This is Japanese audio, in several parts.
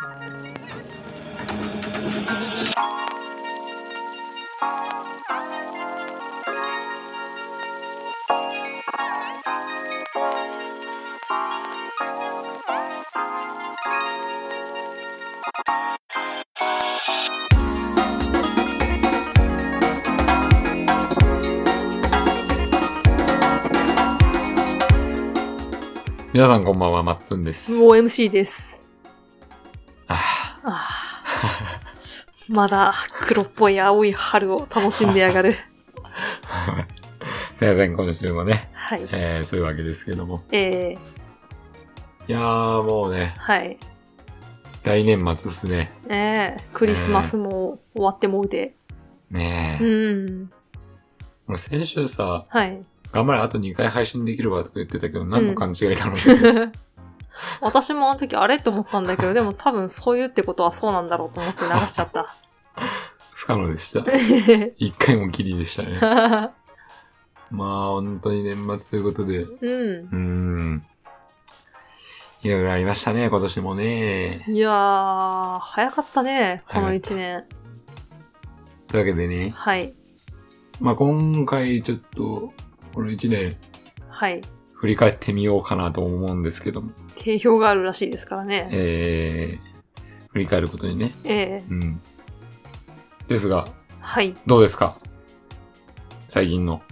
皆さんこんばんは、まっつんです。 OMC です。まだ黒っぽい青い春を楽しんでやがる。 すいません、今週もね。 はい。 そういうわけですけども。いやー、もうね。 はい。 大年末っすね。 クリスマスも終わってもうで。 ねえ。もう先週さ、 はい。 頑張れ、あと2回配信できるわとか言ってたけど、何の勘違いだろうね。 私もあの時あれって思ったんだけど、でも多分そう言うってことはそうなんだろうと思って流しちゃった。 不可能でした。1回もきりでしたね。まあ、本当に年末ということで。いろいろありましたね、今年もね。 いやー、早かったね、この1年。 というわけでね。 はい。 まあ今回ちょっと、この1年。 はい。 振り返ってみようかなと思うんですけども。 定評があるらしいですからね。 振り返ることにね。ですが。 はい。 どうですか？最近の。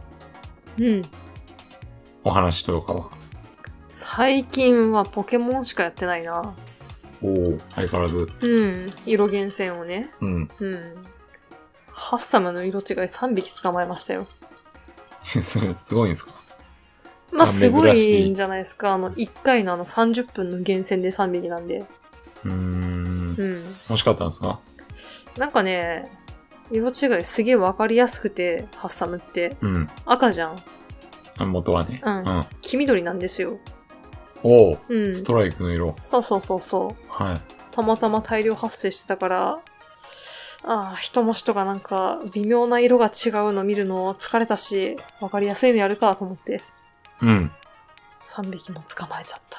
お話とかは。 最近はポケモンしかやってないな。 相変わらず。 色厳選をね。ハッサムの色違い3匹捕まえましたよ。 それすごいんですか？ まあ、すごいんじゃないですか。1回の30分の厳選で3匹なんで。 欲しかったんですか？ なんかね、色違いすげえわかりやすくて、ハッサムって。赤じゃん。 元はね。 黄緑なんですよ。 ストライクの色。 そう。はい。たまたま大量発生してたから、人も人がなんか微妙な色が違うの見るの疲れたし、わかりやすいのやるかと思って。3匹も捕まえちゃった。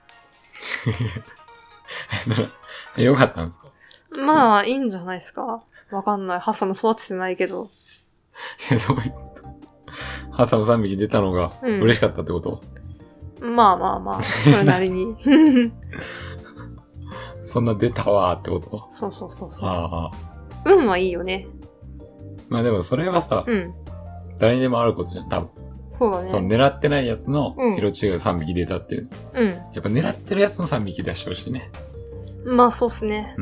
よかったんですか？ まあ、いいんじゃないですか？わかんない。ハッサム育ててないけど。 どういうこと？ハッサム3匹出たのが嬉しかったってこと？ まあ、それなりに。 そんな出たわーってこと？ そう。運はいいよね。 まあでもそれはさ、誰にでもあることじゃん、多分。 そうだね。 その狙ってないやつの色違いが3匹出たっていうの。やっぱ狙ってるやつの3匹出してほしいね。 まあそうっすね。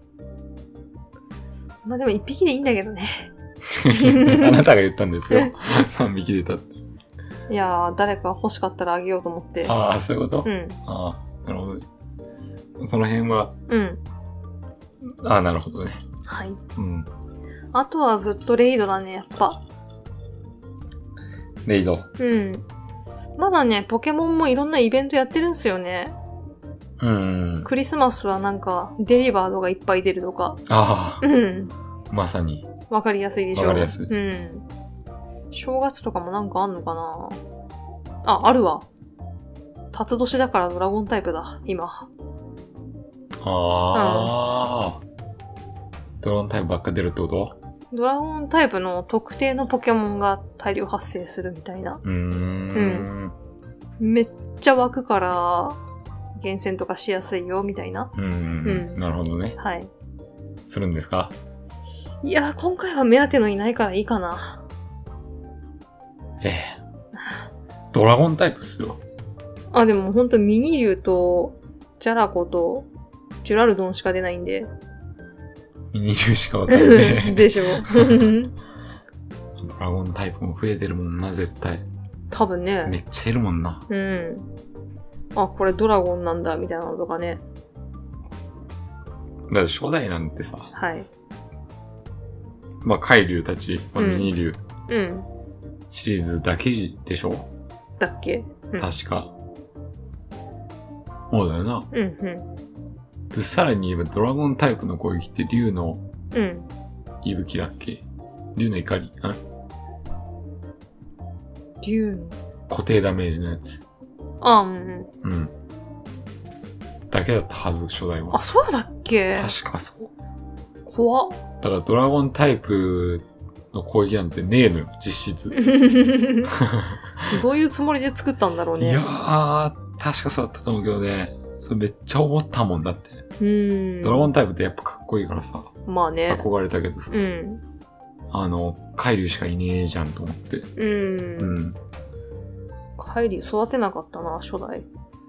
まあでも1匹でいいんだけどね。 あなたが言ったんですよ。3匹出たって。 いやー、誰か欲しかったらあげようと思って。 そういうこと？なるほど。その辺は。なるほどね。 はい。あとはずっとレイドだね、やっぱ。 レイド。 まだね、ポケモンもいろんなイベントやってるんすよね。クリスマスはなんか、デリバードがいっぱい出るとか。 まさに。 わかりやすいでしょ。 わかりやすい。 正月とかもなんかあんのかな？あるわ。辰年だからドラゴンタイプだ、今。 ドラゴンタイプばっか出るってこと？ ドラゴンタイプの特定のポケモンが大量発生するみたいな。めっちゃ湧くから、厳選とかしやすいよ、みたいな。 なるほどね。 はい。 するんですか？ いや、今回は目当てのいないからいいかな。 ドラゴンタイプっすよ。 でもほんとミニ竜と、ジャラコと、ジュラルドンしか出ないんで。 ミニ竜しかわかんない。 でしょ。 ドラゴンタイプも増えてるもんな、絶対。 多分ね。 めっちゃいるもんな。 これドラゴンなんだ、みたいなのとかね。 だって初代なんてさ。 はい。 まあ、海竜たち、ミニ竜。シリーズだけでしょ？ だっけ？ 確か。そうだよな。で、さらに言えばドラゴンタイプの攻撃って竜の息吹だっけ？竜の怒り？ 竜の固定ダメージのやつ。だけだったはず、初代は。 そうだっけ？ け？ 確かそう。 怖っ。 だからドラゴンタイプの攻撃なんてねえのよ、実質。 どういうつもりで作ったんだろうね。 いやー、確かそうだったと思うけどね。それめっちゃ思ったもんだって。ドラゴンタイプってやっぱかっこいいからさ。 まあね。 憧れたけどさ。海竜しかいねえじゃんと思って。 海竜育てなかったな、初代。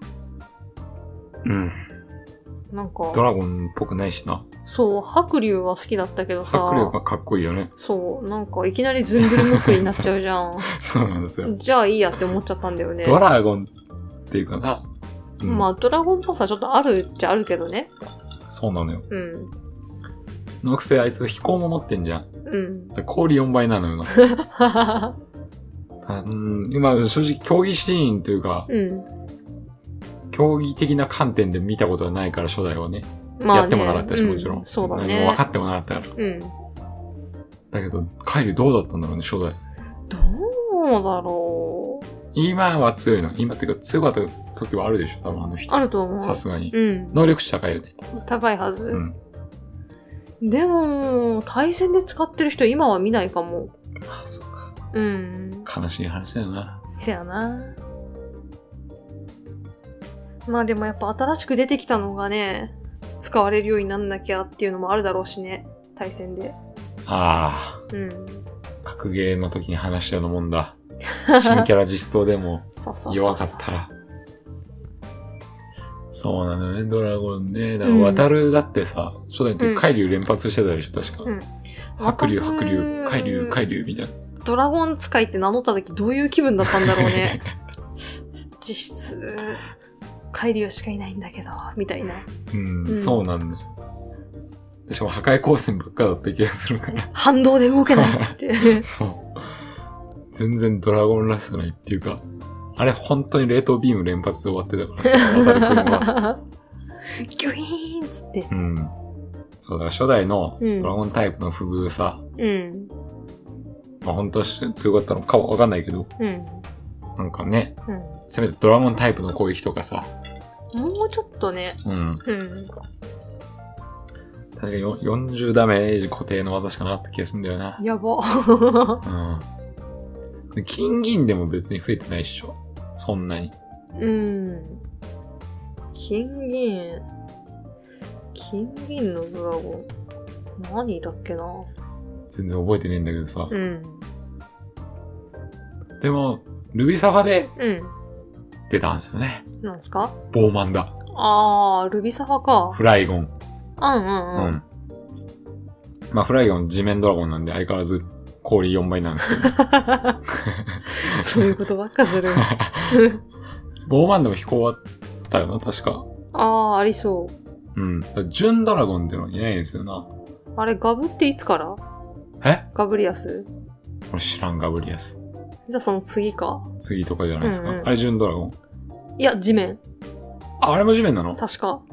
なんか。 ドラゴンっぽくないしな。 そう、白竜は好きだったけどさ。 白竜がかっこいいよね。 そう、なんかいきなりずんぐりむっくりになっちゃうじゃん。 そうなんですよ。 じゃあいいやって思っちゃったんだよね。 ドラゴンっていうかな。 まあ、ドラゴンっぽさちょっとあるっちゃあるけどね。 そうなのよ。のくせあいつ飛行も持ってんじゃん。氷4倍なのよな。今、正直競技シーンというか、競技的な観点で見たことはないから、初代はね。まあね、やってもなかったし、もちろん。 そうだね。 何も分かってもなかったから。だけど、カイリどうだったんだろうね、初代。 どうだろう。 今は強いの。今っていうか、強かった時はあるでしょ、多分あの人。 あると思う。 さすがに。能力値高いよね。 高いはず。でも、対戦で使ってる人今は見ないかも。 ああ、そうか。 悲しい話だよな。 せやな。まあでもやっぱ新しく出てきたのがね、使われるようになんなきゃっていうのもあるだろうしね。対戦で。 ああ。格ゲーの時に話したようなもんだ。新キャラ実装でも弱かったら。そうなのね、ドラゴンね。だから渡るだってさ、初代って海竜連発してたでしょ、確か。白竜、海竜みたいな。 ドラゴン使いって名乗った時どういう気分だったんだろうね。実質、海竜しかいないんだけど、みたいな。 そうなんだ。しかも破壊光線ばっかだった気がするから。 反動で動けないっつって。 そう。全然ドラゴンらしさないっていうか、あれ本当に冷凍ビーム連発で終わってたからさ、渡るくんは。 ギュイーンっつって。 そうだ、初代のドラゴンタイプの不遇さ。まあ本当は強かったのかわかんないけど。なんかね、せめてドラゴンタイプの攻撃とかさ。 もうちょっとね。 確かに40ダメージ固定の技しかなかった気がするんだよな。 やば。 金銀でも別に増えてないっしょ。そんなに。 金銀のドラゴン。何だっけな。 全然覚えてねえんだけどさ。でも、ルビサファで、出たんですよね。 なんすか？ ボーマンだ。 あー、ルビサファか。 フライゴン。 まあ、フライゴン地面ドラゴンなんで相変わらず氷4倍なんですけど。 そういうことばっかする。 ボーマンでも飛行あったよな、確か。 ありそう。 純ドラゴンっていうのいないんですよな。 あれ、ガブっていつから？ガブリアス？ 俺知らん、ガブリアス。 じゃあその次か。 次とかじゃないですか。あれ純ドラゴン？ いや、地面。 あれも地面なの？ 確か。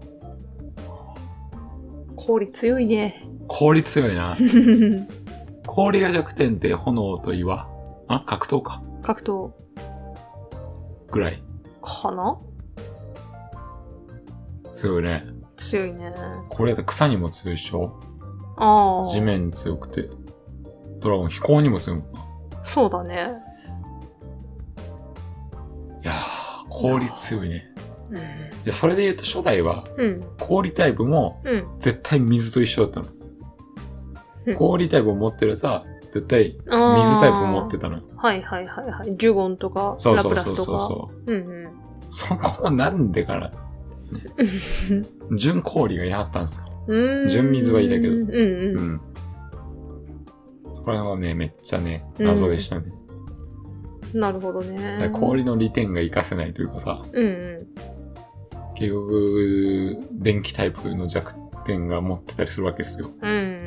氷強いね。 氷強いな。氷が弱点って炎と岩？格闘か。 格闘。 ぐらい。 かな？ 強いね。 強いね。 これだと草にも強いっしょ？地面に強くて。ドラゴン飛行にも強いもんな。 そうだね。 いやー、氷強いね。いや、それで言うと初代は、氷タイプも、絶対水と一緒だったの。氷タイプを持ってるやつは、絶対水タイプを持ってたの。 はい。ジュゴンとか、ラプラスとか。 そう。そこもなんでから、純氷がいなかったんですよ。純水はいいだけど。そこら辺はね、めっちゃね、謎でしたね。 なるほどね。 氷の利点が活かせないというかさ。結局、電気タイプの弱点が持ってたりするわけですよ。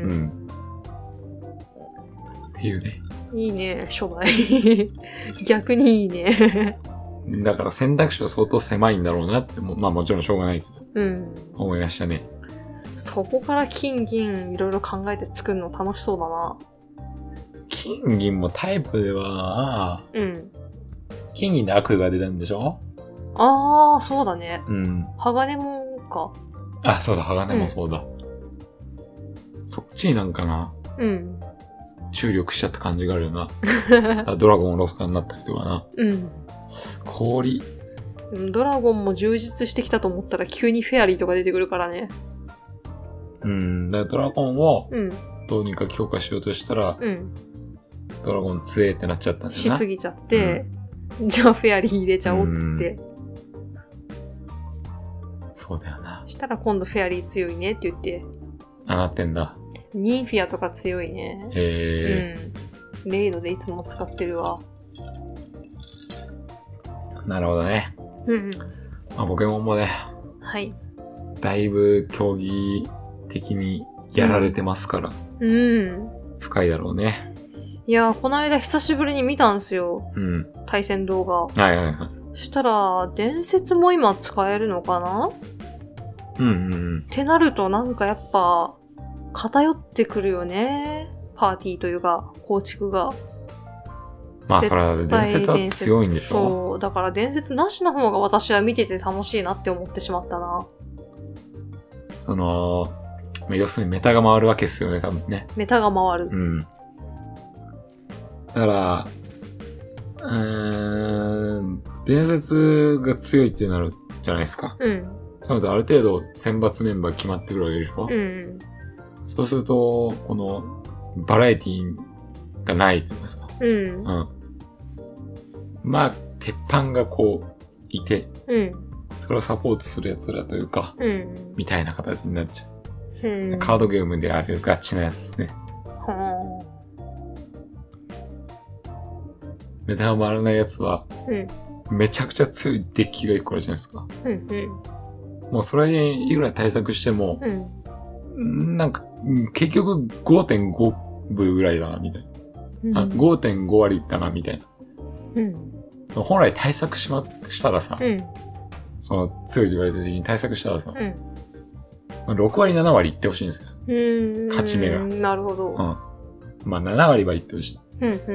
っていうね。 いいね、初代。逆にいいね。 だから選択肢は相当狭いんだろうなって、まあもちろんしょうがないけど、思いましたね。 そこから金銀いろいろ考えて作るの楽しそうだな。 金銀もタイプでは、金銀で悪が出たんでしょ？ そうだね。鋼もか。 あ、そうだ、鋼もそうだ。そっちになんかな。注力しちゃった感じがあるよな。ドラゴンおろそかになったりとかな。氷。 ドラゴンも充実してきたと思ったら急にフェアリーとか出てくるからね。 だからドラゴンをどうにか強化しようとしたら、ドラゴン強えってなっちゃったんだよな。 しすぎちゃって、じゃあフェアリー入れちゃおうっつって。 そうだよな。 したら今度フェアリー強いねって言って。 なってんだ。 ニンフィアとか強いね。レイドでいつも使ってるわ。 なるほどね。まあ、ポケモンもね。 はい。 だいぶ競技的にやられてますから。深いだろうね。 いやー、この間久しぶりに見たんすよ。対戦動画。したら、伝説も今使えるのかな？ってなるとなんかやっぱ、偏ってくるよね。パーティーというか、構築が。 まあそれは伝説は強いんでしょ？ そう。だから伝説なしの方が私は見てて楽しいなって思ってしまったな。 要するにメタが回るわけですよね、多分ね。 メタが回る。 だから、伝説が強いってなるじゃないですか。そうなるとある程度選抜メンバー決まってくるわけでしょ？そうすると、この、バラエティがないというかさ。まあ、鉄板がこう、いて、それをサポートする奴らというか、みたいな形になっちゃう。カードゲームであるガチなやつですね。メタが回らないやつは、めちゃくちゃ強いデッキが一個あるじゃないですか。もうそれにいくら対策しても、なんか、結局 5.5 部ぐらいだな、みたいな。5.5 割だな、みたいな。本来対策したらさ、その強いと言われた時に対策したらさ、6割7割いってほしいんですよ。勝ち目が。 なるほど。 まあ7割はいってほしい。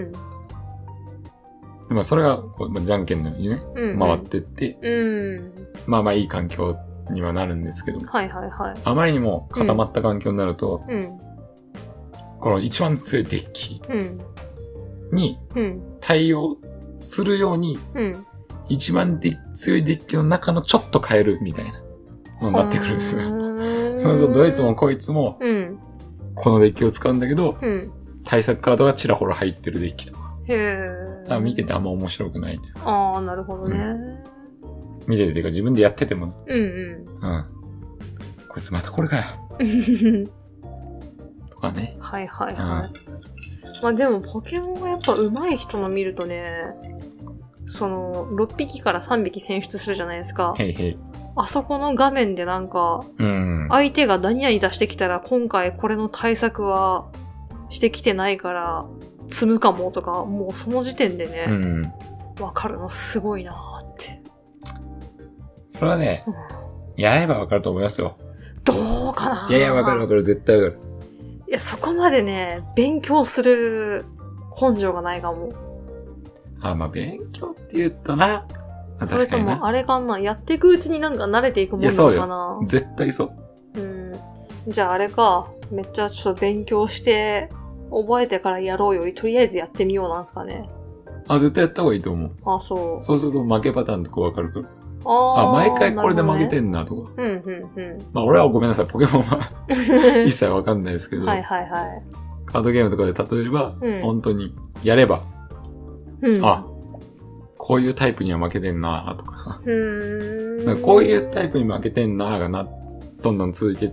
でもそれが、じゃんけんのようにね、回ってって、まあまあいい環境にはなるんですけども。あまりにも固まった環境になると、この一番強いデッキに対応するように、一番強いデッキの中のちょっと変えるみたいなのになってくるんですよ。そうするとどいつもこいつも、このデッキを使うんだけど、対策カードがちらほら入ってるデッキとか。見ててあんま面白くない。 なるほどね。 見ててか自分でやってても、こいつまたこれかよ。とかね。 まあでもポケモンがやっぱ上手い人の見るとね、その6匹から3匹選出するじゃないですか。あそこの画面でなんか、相手が何々出してきたら今回これの対策はしてきてないから積むかもとか、もうその時点でね、わかるのすごいなーって。 それはね、やればわかると思いますよ。 どうかな？ いやいや、わかる、絶対わかる。 いや、そこまでね、勉強する根性がないかも。 まあ勉強って言ったな。 それともあれかな、やっていくうちになんか慣れていくもんなのかな。 いや、そうよ。絶対そう。 じゃああれか、めっちゃちょっと勉強して、覚えてからやろうより、とりあえずやってみようなんですかね。 絶対やった方がいいと思う。 そう。 そうすると負けパターンとかわかるから。毎回これで負けてんなとか。まあ俺はごめんなさい、ポケモンは一切わかんないですけど。カードゲームとかで例えれば、本当にやれば、こういうタイプには負けてんなとか。こういうタイプに負けてんながどんどん続いていって、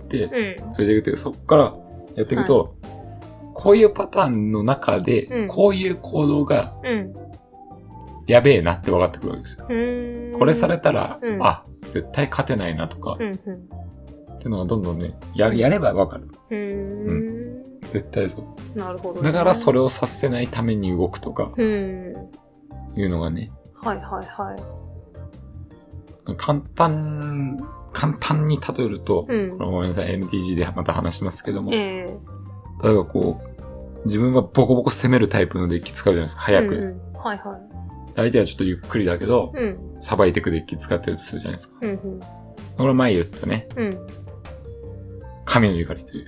続いていくとそこからやっていくと、こういうパターンの中で、こういう行動が、やべえなって分かってくるわけですよ。これされたら、絶対勝てないなとか、っていうのがどんどんね、やれば分かる。絶対そう。 なるほど、 だからそれをさせないために動くとか、いうのがね。簡単に例えると、これごめんなさい、MTG でまた話しますけども、例えばこう、自分がボコボコ攻めるタイプのデッキ使うじゃないですか、早く。相手はちょっとゆっくりだけど、さばいていくデッキ使ってるとするじゃないですか。これ前言ったね。 神の怒りという、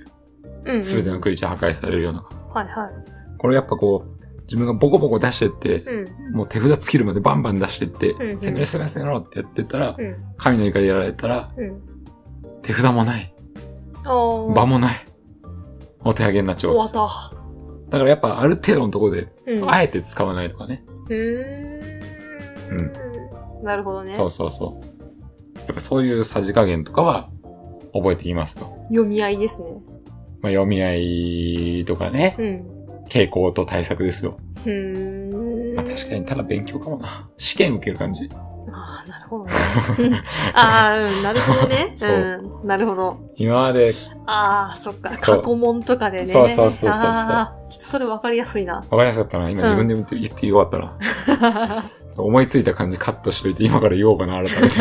すべてのクリーチャー破壊されるような。 はいはい。 これやっぱこう、自分がボコボコ出してって、もう手札尽きるまでバンバン出してって、攻めろ攻めろ攻めろってやってったら、神の怒りやられたら、手札もない。場もない。お手上げになっちゃう。 終わった。 だからやっぱある程度のところで、あえて使わないとかね。 なるほどね。 そうそうそう。やっぱそういうさじ加減とかは覚えていますよ。 読み合いですね。 まあ読み合いとかね。傾向と対策ですよ。まあ確かにただ勉強かもな。試験受ける感じ。 ああ、なるほどね。ああ、なるほどね。 そう。 なるほど。 今まで。 ああ、そっか。過去問とかでね。 そうそうそうそう。 ああ、ちょっとそれ分かりやすいな。 分かりやすかったな。今自分で言ってよかったな。思いついた感じカットしといて今から言おうかな、改め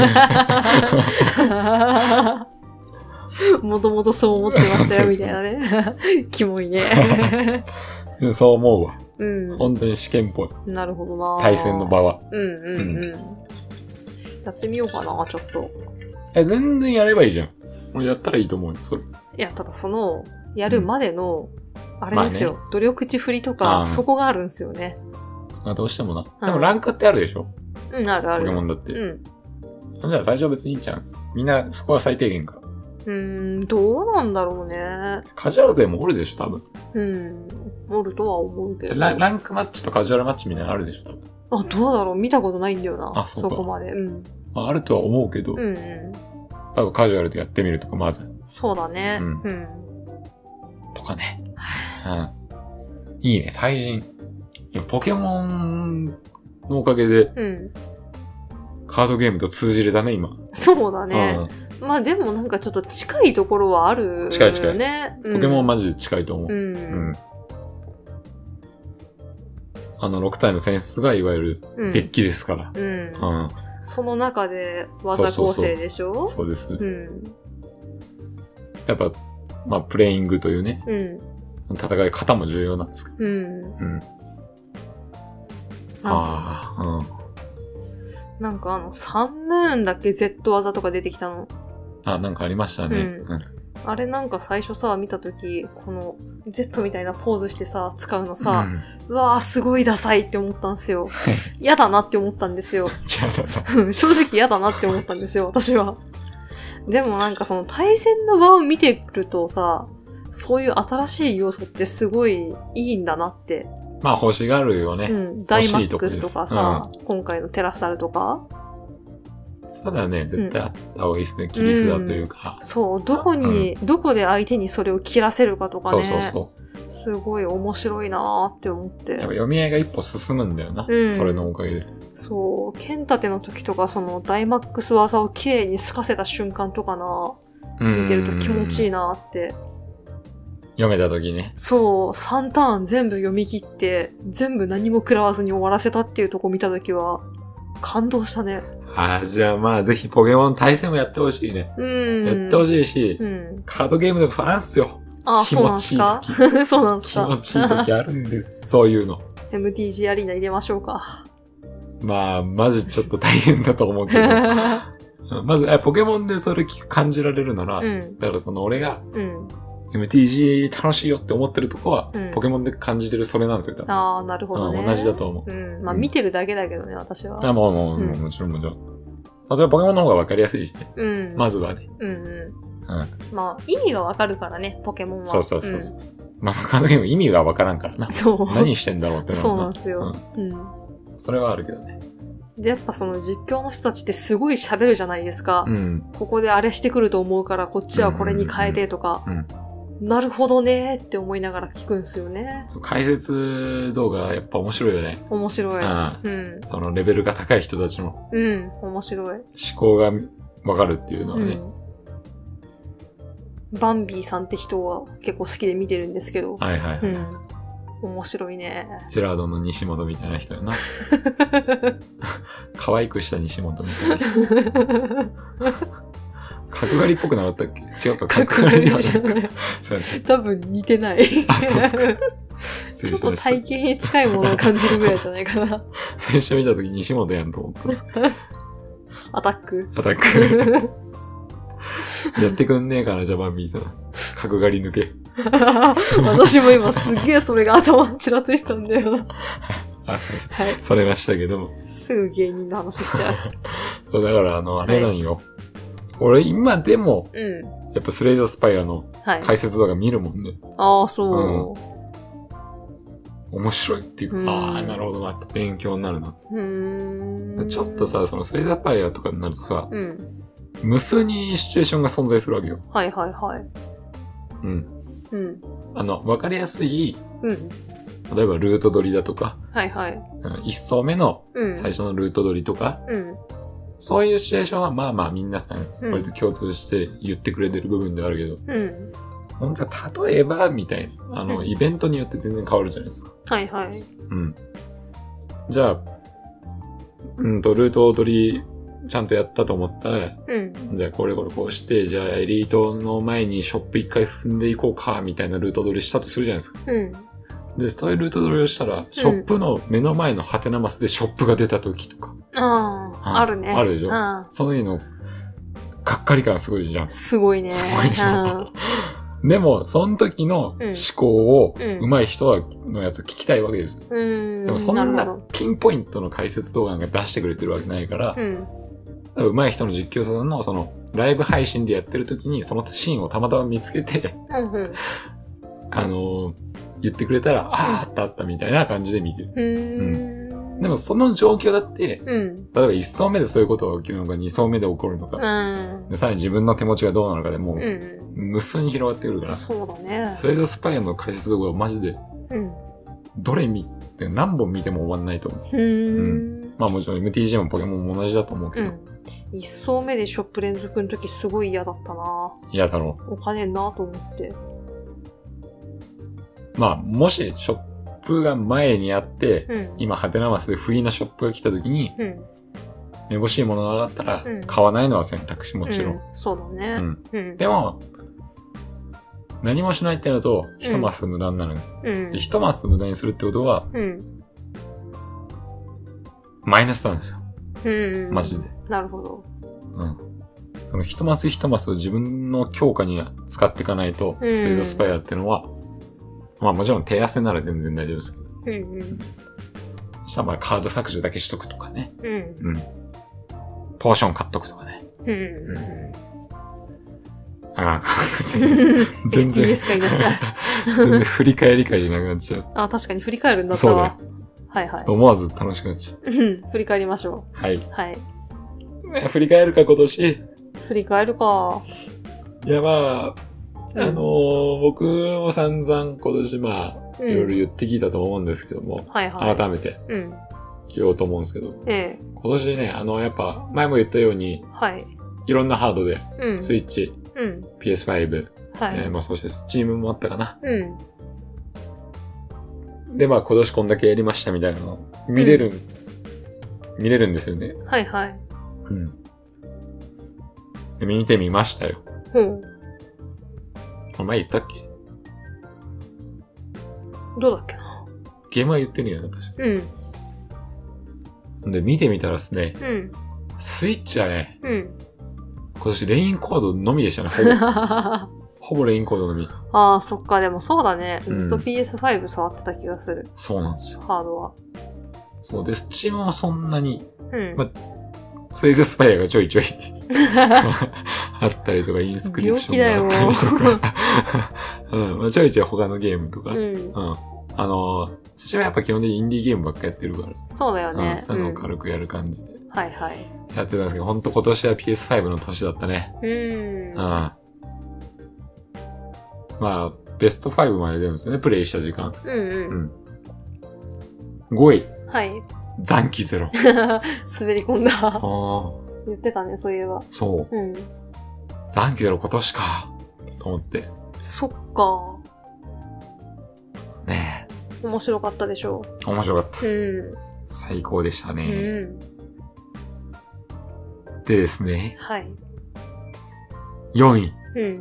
て。もともとそう思ってましたよ、みたいなね。キモいね。 そう思うわ。本当に試験っぽい。 なるほどな。 対戦の場は。 やってみようかな、ちょっと。 全然やればいいじゃん。俺やったらいいと思うよ、それ。いや、ただやるまでの、あれですよ、努力値振りとか、そこがあるんですよね。 どうしてもな。でもランクってあるでしょ？ あるある。 ポケモンだって。じゃあ最初は別にいいじゃん。みんな、そこは最低限か。 どうなんだろうね。 カジュアル勢もおるでしょ、多分。 おるとは思うけど。 ランクマッチとカジュアルマッチみたいなのあるでしょ、多分。 あ、どうだろう、見たことないんだよな。 あ、そうか。 そこまで。 あるとは思うけど。多分カジュアルでやってみるとか、まず。 そうだね。 とかね。いいね、最人。ポケモンのおかげで、カードゲームと通じれたね、今。 そうだね。まあでもなんかちょっと近いところはあるよね。 近い。ポケモンマジで近いと思う。6体の選出がいわゆるデッキですから。 その中で技構成でしょ？ そうです。やっぱ、まあプレイングというね、戦い方も重要なんですけど。 なんかサンムーンだっけ Z 技とか出てきたの。 なんかありましたね。 あれなんか最初さ、見たとき、この Z みたいなポーズしてさ、使うのさ、うわーすごいダサいって思ったんですよ。嫌だなって思ったんですよ。正直嫌だなって思ったんですよ、私は。でもなんかその対戦の場を見てるとさ、そういう新しい要素ってすごいいいんだなって。 まあ欲しがるよね。 ダイマックスとかさ、今回のテラサルとか。 そうだよね。絶対あった方がいいですね。切り札というか。 そう。どこで相手にそれを切らせるかとかね。すごい面白いなーって思って。 やっぱ読み合いが一歩進むんだよな。それのおかげで。 そう。剣立ての時とか、そのダイマックス技を綺麗に透かせた瞬間とかな。見てると気持ちいいなーって。 読めた時ね。 そう。3ターン全部読み切って、全部何も食らわずに終わらせたっていうとこ見た時は、感動したね。 じゃあまあぜひポケモン対戦もやってほしいね。やってほしいし、カードゲームでもそうなんすよ。気持ちいい時。 そうなんすか。 気持ちいい時あるんです。そういうの。 MTG アリーナ入れましょうか。 まあ、マジちょっと大変だと思うけど。まず、ポケモンでそれ感じられるなら、だからその俺が、MTG 楽しいよって思ってるとこは、ポケモンで感じてるそれなんですよ。 ああ、なるほどね。 同じだと思う。 まあ見てるだけだけどね、私は。 もちろん。まあそれはポケモンの方がわかりやすいしね。まずはね。 まあ意味がわかるからね、ポケモンは。 そう。まあカードゲーム意味がわからんからな。 そう。 何してんだろうってそうなんですよ。 それはあるけどね。 で、やっぱその実況の人たちってすごい喋るじゃないですか。ここであれしてくると思うから、こっちはこれに変えてとか。なるほどねーって思いながら聞くんですよね。 解説動画やっぱ面白いよね。 面白い。 そのレベルが高い人たちの。 面白い。思考がわかるっていうのはね。 バンビーさんって人は結構好きで見てるんですけど。面白いね。 ジェラードの西本みたいな人やな。可愛くした西本みたいな人。角刈りっぽくなかったっけ？違うか、角刈りではないか。 多分似てない。 あ、そうっすか。 ちょっと体型に近いものを感じるぐらいじゃないかな。 最初見たとき西本やんと思ったんですアタック。 やってくんねえかな、じゃあバンビーさん。 角刈り抜け。 私も今すっげえそれが頭ちらついてたんだよな。 あ、そうそう。 はい。 それましたけども。 すぐ芸人の話しちゃう。 そう、だからあれなんよ。俺今でも、やっぱスレイドスパイアの解説動画見るもんね。 ああ、そう。 面白いっていうか、ああ、なるほどなって勉強になるな。ちょっとさ、そのスレイドスパイアとかになるとさ、無数にシチュエーションが存在するわけよ。 はいはいはい。 わかりやすい、例えばルート取りだとか、 はいはい。 一層目の最初のルート取りとか、そういうシチュエーションはまあまあ皆さん割と共通して言ってくれてる部分ではあるけど、ほんじゃ例えばみたいな、イベントによって全然変わるじゃないですか。 はいはい。 じゃあ、ルート取りちゃんとやったと思ったら、じゃあこれこうして、じゃあエリートの前にショップ一回踏んでいこうか、みたいなルート取りしたとするじゃないですか。で、そういうルート取りをしたら、ショップの目の前のハテナマスでショップが出た時とか。 あるね。 あるでしょ。その時の、がっかり感すごいじゃん。 すごいね。 すごいじゃん。でも、その時の思考を、上手い人のやつを聞きたいわけですよ。でも、そんなピンポイントの解説動画が出してくれてるわけないから、上手い人の実況者さんの、ライブ配信でやってる時に、そのシーンをたまたま見つけて、言ってくれたら、あったあったみたいな感じで見てる。でもその状況だって、例えば1層目でそういうことが起きるのか、2層目で起こるのか、でさらに自分の手持ちがどうなのかでもう、無数に広がってくるから。 そうだね。 スレイドスパイアの解説動画はマジで、どれ見て、何本見ても終わんないと思う。まあもちろん MTG もポケモンも同じだと思うけど。 1層目でショップ連続の時すごい嫌だったな。 嫌だろう。お金なと思って。 まあ、もしショップが前にあって、今ハテナマスで不意なショップが来た時に、めぼしいものがあったら、買わないのは選択肢もちろん。 そうだね。 でも、何もしないってなると、一マス無駄になる。一マス無駄にするってことは、マイナスなんですよ。マジで。 なるほど。 その一マス一マスを自分の強化に使っていかないと、スレイドスパイアってのは、まあもちろん手汗なら全然大丈夫ですけど。そしたらまあカード削除だけしとくとかね。ポーション買っとくとかね。 全然。FPS 化になっちゃう。 全然振り返り会じゃなくなっちゃう。 あ、確かに振り返るんだったわ。そうだよ。はいはい。 思わず楽しくなっちゃう。 振り返りましょう。はい。 はい。 振り返るか今年。 振り返るか。 いやまあ、僕も散々今年まあ、いろいろ言ってきたと思うんですけども、改めて言おうと思うんですけど、今年ね、やっぱ前も言ったように、いろんなハードで、スイッチ、PS5、まあそして Steam もあったかな。でまあ今年こんだけやりましたみたいなの見れるんです。見れるんですよね。 はいはい。 で見てみましたよ。前言ったっけ？ どうだっけな。 ゲームは言ってるよね、私。で、見てみたらですね、スイッチはね、今年レインコードのみでしたね、ほぼレインコードのみ。 ああ、そっか、でもそうだね。ずっと PS5 触ってた気がする。 そうなんですよ。 ハードは。 そうで、スチームはそんなに、まあ、スレイドスパイアがちょいちょいあったりとか、インスクリプションがあったりとか。まあ、ちょいちょい他のゲームとか。スチームはやっぱ基本的にインディーゲームばっかやってるから。 そうだよね。 そういうのを軽くやる感じで。 はいはい。 やってたんですけど、ほんと今年は PS5 の年だったね。まあ、ベスト5まで出るんですよね、プレイした時間。5位。 はい。 残機ゼロ。 滑り込んだ。言ってたね、そういえば。 そう。残機ゼロ今年か。と思って。 そっか。 ねえ。面白かったでしょう。面白かったです。最高でしたね。でですね。 はい。 4位。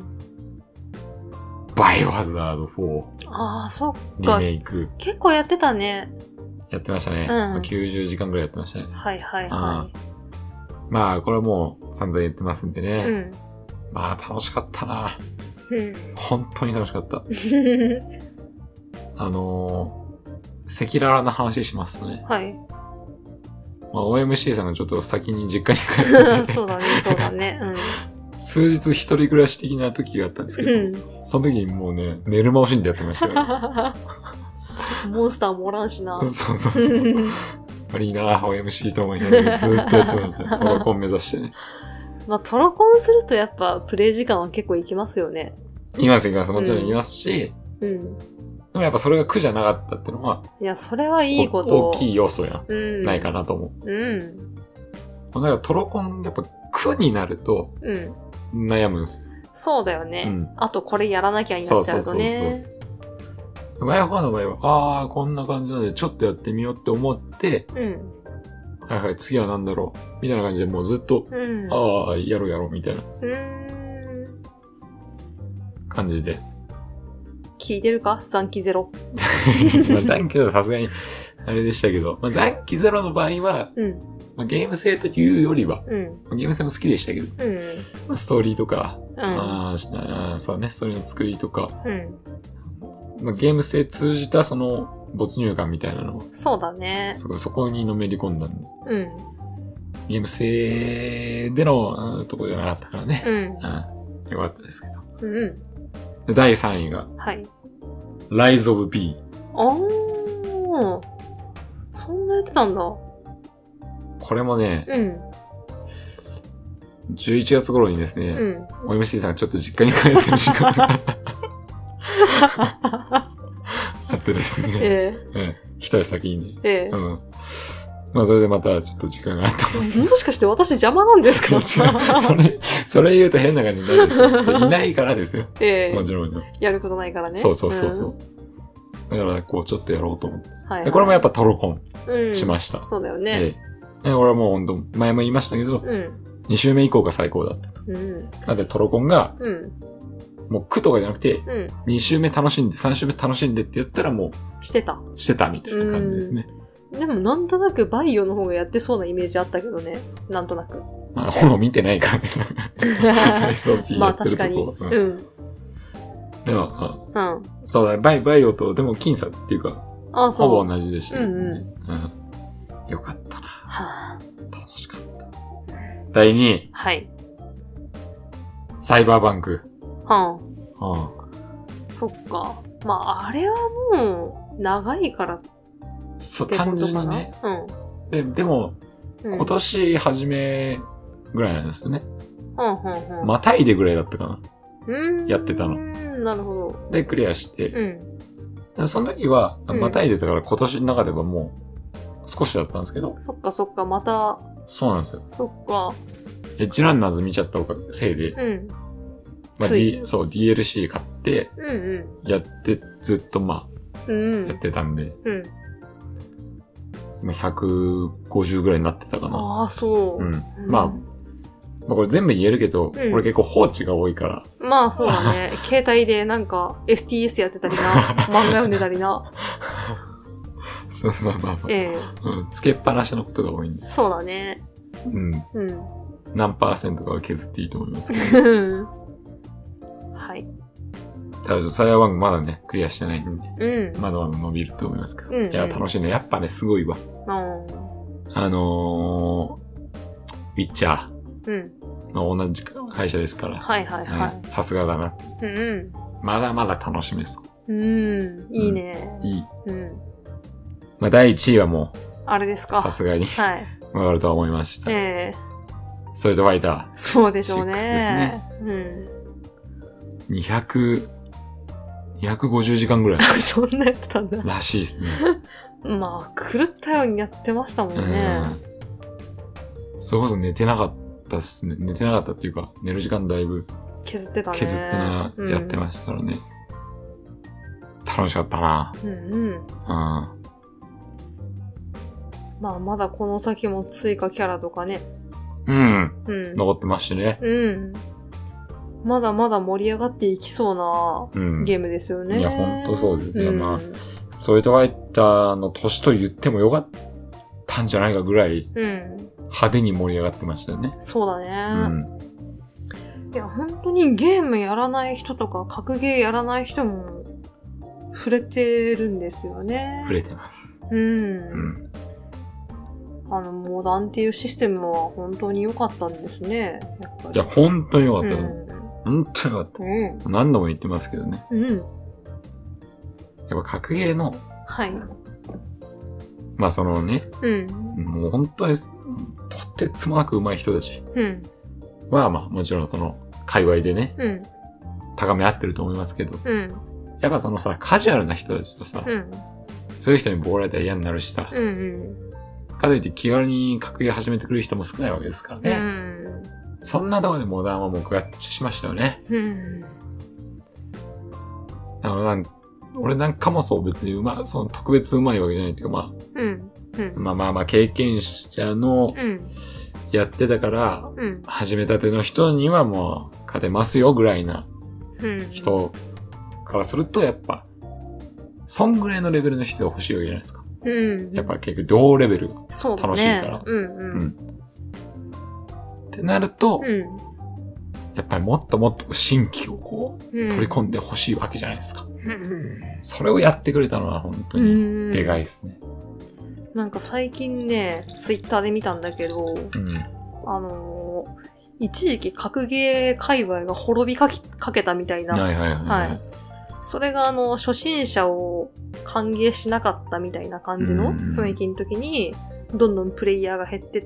バイオハザード4。 ああ、そっか。 リメイク。 結構やってたね。 やってましたね。90時間ぐらいやってましたね。 はいはいはい。 まあ、これはもう散々言ってますんでね。まあ、楽しかったな。 本当に楽しかった。赤裸々な話しますとね。 はい。 まあ、OMC さんがちょっと先に実家に帰ってそうだね、そうだね。 数日一人暮らし的な時があったんですけど、その時にもうね、寝る間惜しんでやってましたよ、ね。 モンスターもおらんしな。 そうそうそう。いいなぁ、OMC と思いながらずーっとやってましたね。トロコン目指してね。 まあ、トロコンするとやっぱプレイ時間は結構いきますよね。 います。もちろんいますし、でもやっぱそれが苦じゃなかったっていうのは、 いや、それはいいこと。 大きい要素や、ないかなと思う。だからトロコン、やっぱ苦になると、悩むんですよ。 そうだよね。あとこれやらなきゃになっちゃうとね。 マヤファーの場合は、こんな感じなのでちょっとやってみようって思って、はいはい、次は何だろうみたいな感じでもうずっと、やろうみたいな感じで。 聞いてるか残機ゼロ。 残機ゼロさすがに、あれでしたけど、残機ゼロの場合は、ゲーム性というよりは、ゲーム性も好きでしたけど、ストーリーとか、そうね、ストーリーの作りとか、ゲーム性通じたその没入感みたいなのを。 そうだね。 そこにのめり込んだんで。ゲーム性でのとこじゃなかったからね。よかったですけど。で第3位が、Rise of B。 そんなやってたんだ。 これもね、11月頃にですね、OMC さんがちょっと実家に帰ってる時間があってですね。一人先にね。まあそれでまたちょっと時間があったもしかして私邪魔なんですか？ それ言うと変な感じになるでしょ。いないからですよ。もちろん。 やることないからね。 そう。だからこうちょっとやろうと思って。これもやっぱトロコンしました。 そうだよね。 俺はもう本当前も言いましたけど、2週目以降が最高だったと。なのでトロコンが、もう苦とかじゃなくて、2週目楽しんで、3週目楽しんでって言ったらもう、してたみたいな感じですね。 でもなんとなくバイオの方がやってそうなイメージあったけどね。なんとなく。 まあ本を見てないからね。 まあ確かに。 でも、そうだ、バイオとでも僅差っていうか、ほぼ同じでしたけどね。よかったな。楽しかった。第2位。サイバーバンク。 そっか。まあ、あれはもう、長いからそう、単純にね。でも、今年初めぐらいなんですよね。またいでぐらいだったかな。やってたの。 なるほど。 で、クリアして。その時は、またいでたから今年の中ではもう、少しだったんですけど。 そっか、また。 そうなんですよ。 そっか。 エッジランナーズ見ちゃったせいで。DLC 買って、やって、ずっとやってたんで、今150ぐらいになってたかな。 そう。 まあこれ全部言えるけど、これ結構放置が多いから。 まあそうだね。携帯でなんか STS やってたりな、漫画読んでたりな。 そう、まあ。つけっぱなしのことが多いんで。 そうだね。 何%かは削っていいと思いますけど。ただ、サイバーバンクまだね、クリアしてないんで、まだまだ伸びると思いますけど。いや、楽しいね。やっぱね、すごいわ。ウィッチャーの同じ会社ですから。さすがだな。まだまだ楽しめそう。 いいね。 いい。まあ、第1位はもう、 あれですか。 さすがに、上がるとは思いました。ストリートファイター。 そうでしょうね。 ですね。250時間ぐらい。 そんなやってたんだ。 らしいですね。 まあ、狂ったようにやってましたもんね。 それこそ寝てなかったっすね。寝てなかったっていうか、寝る時間だいぶ削ってたね。 やってましたからね。楽しかったな。 まあ、まだこの先も追加キャラとかね。 残ってますしね。 まだまだ盛り上がっていきそうなゲームですよね。 いや、ほんとそうですね。まあ、ストリートファイターの年と言ってもよかったんじゃないかぐらい、派手に盛り上がってましたよね。 そうだね。 いや、本当にゲームやらない人とか、格ゲーやらない人も、触れてるんですよね。 触れてます。 モダンっていうシステムは本当に良かったんですね。やっぱり。 いや、本当に良かったと思う。本当に良かった。何度も言ってますけどね。やっぱ格ゲーの、 はい。 まあそのね、もう本当に、とってつもなく上手い人たちは、まあもちろんその、界隈でね、高め合ってると思いますけど、やっぱそのさ、カジュアルな人たちとさ、そういう人にボコられたら嫌になるしさ、かといって気軽に格ゲー始めてくる人も少ないわけですからね。そんなとこでモダンはもう合致しましたよね。俺なんかもそう別にその特別上手いわけじゃないっていうかまあ経験者のやってたから、始めたての人にはもう勝てますよぐらいな人からするとやっぱ、そんぐらいのレベルの人が欲しいわけじゃないですか。やっぱ結局同レベルが楽しいから。ってなると、やっぱりもっともっと新規をこう、取り込んで欲しいわけじゃないですか。それをやってくれたのは本当にでかいですね。 なんか最近ね、ツイッターで見たんだけど、一時期格ゲー界隈が滅びかけたみたいな。それが初心者を歓迎しなかったみたいな感じの雰囲気の時に、どんどんプレイヤーが減ってって、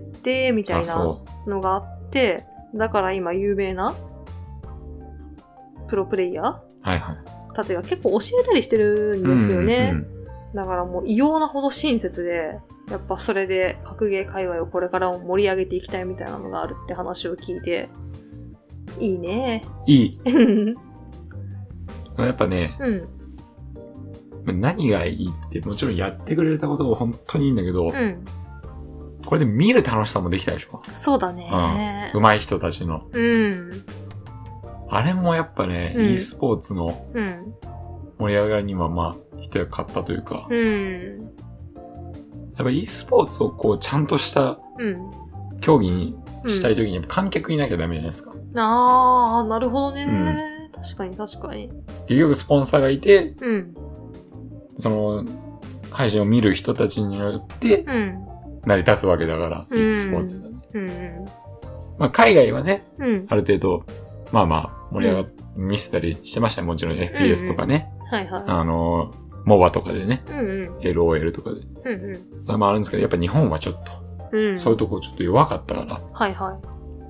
みたいなのがあって、だから今有名なプロプレイヤーたちが結構教えたりしてるんですよね。だからもう異様なほど親切で、やっぱそれで格ゲー界隈をこれからも盛り上げていきたいみたいなのがあるって話を聞いて、いいね。 いい。やっぱね、何がいいってもちろんやってくれたことが本当にいいんだけど、これで見る楽しさもできたでしょ。 そうだね。 上手い人たちの。あれもやっぱね、e スポーツの盛り上がりにはまあ、一役買ったというか、やっぱ e スポーツをこうちゃんとした競技にしたいときに観客いなきゃダメじゃないですか。 あー、なるほどね。確かに確かに。 結局スポンサーがいて、その、配信を見る人たちによって、成り立つわけだから、スポーツだね。まあ海外はね、ある程度、まあまあ盛り上がって見せたりしてましたね。もちろん FPS とかね。モバとかでね。LOL とかで。まああるんですけど、やっぱ日本はちょっと、そういうとこちょっと弱かったから。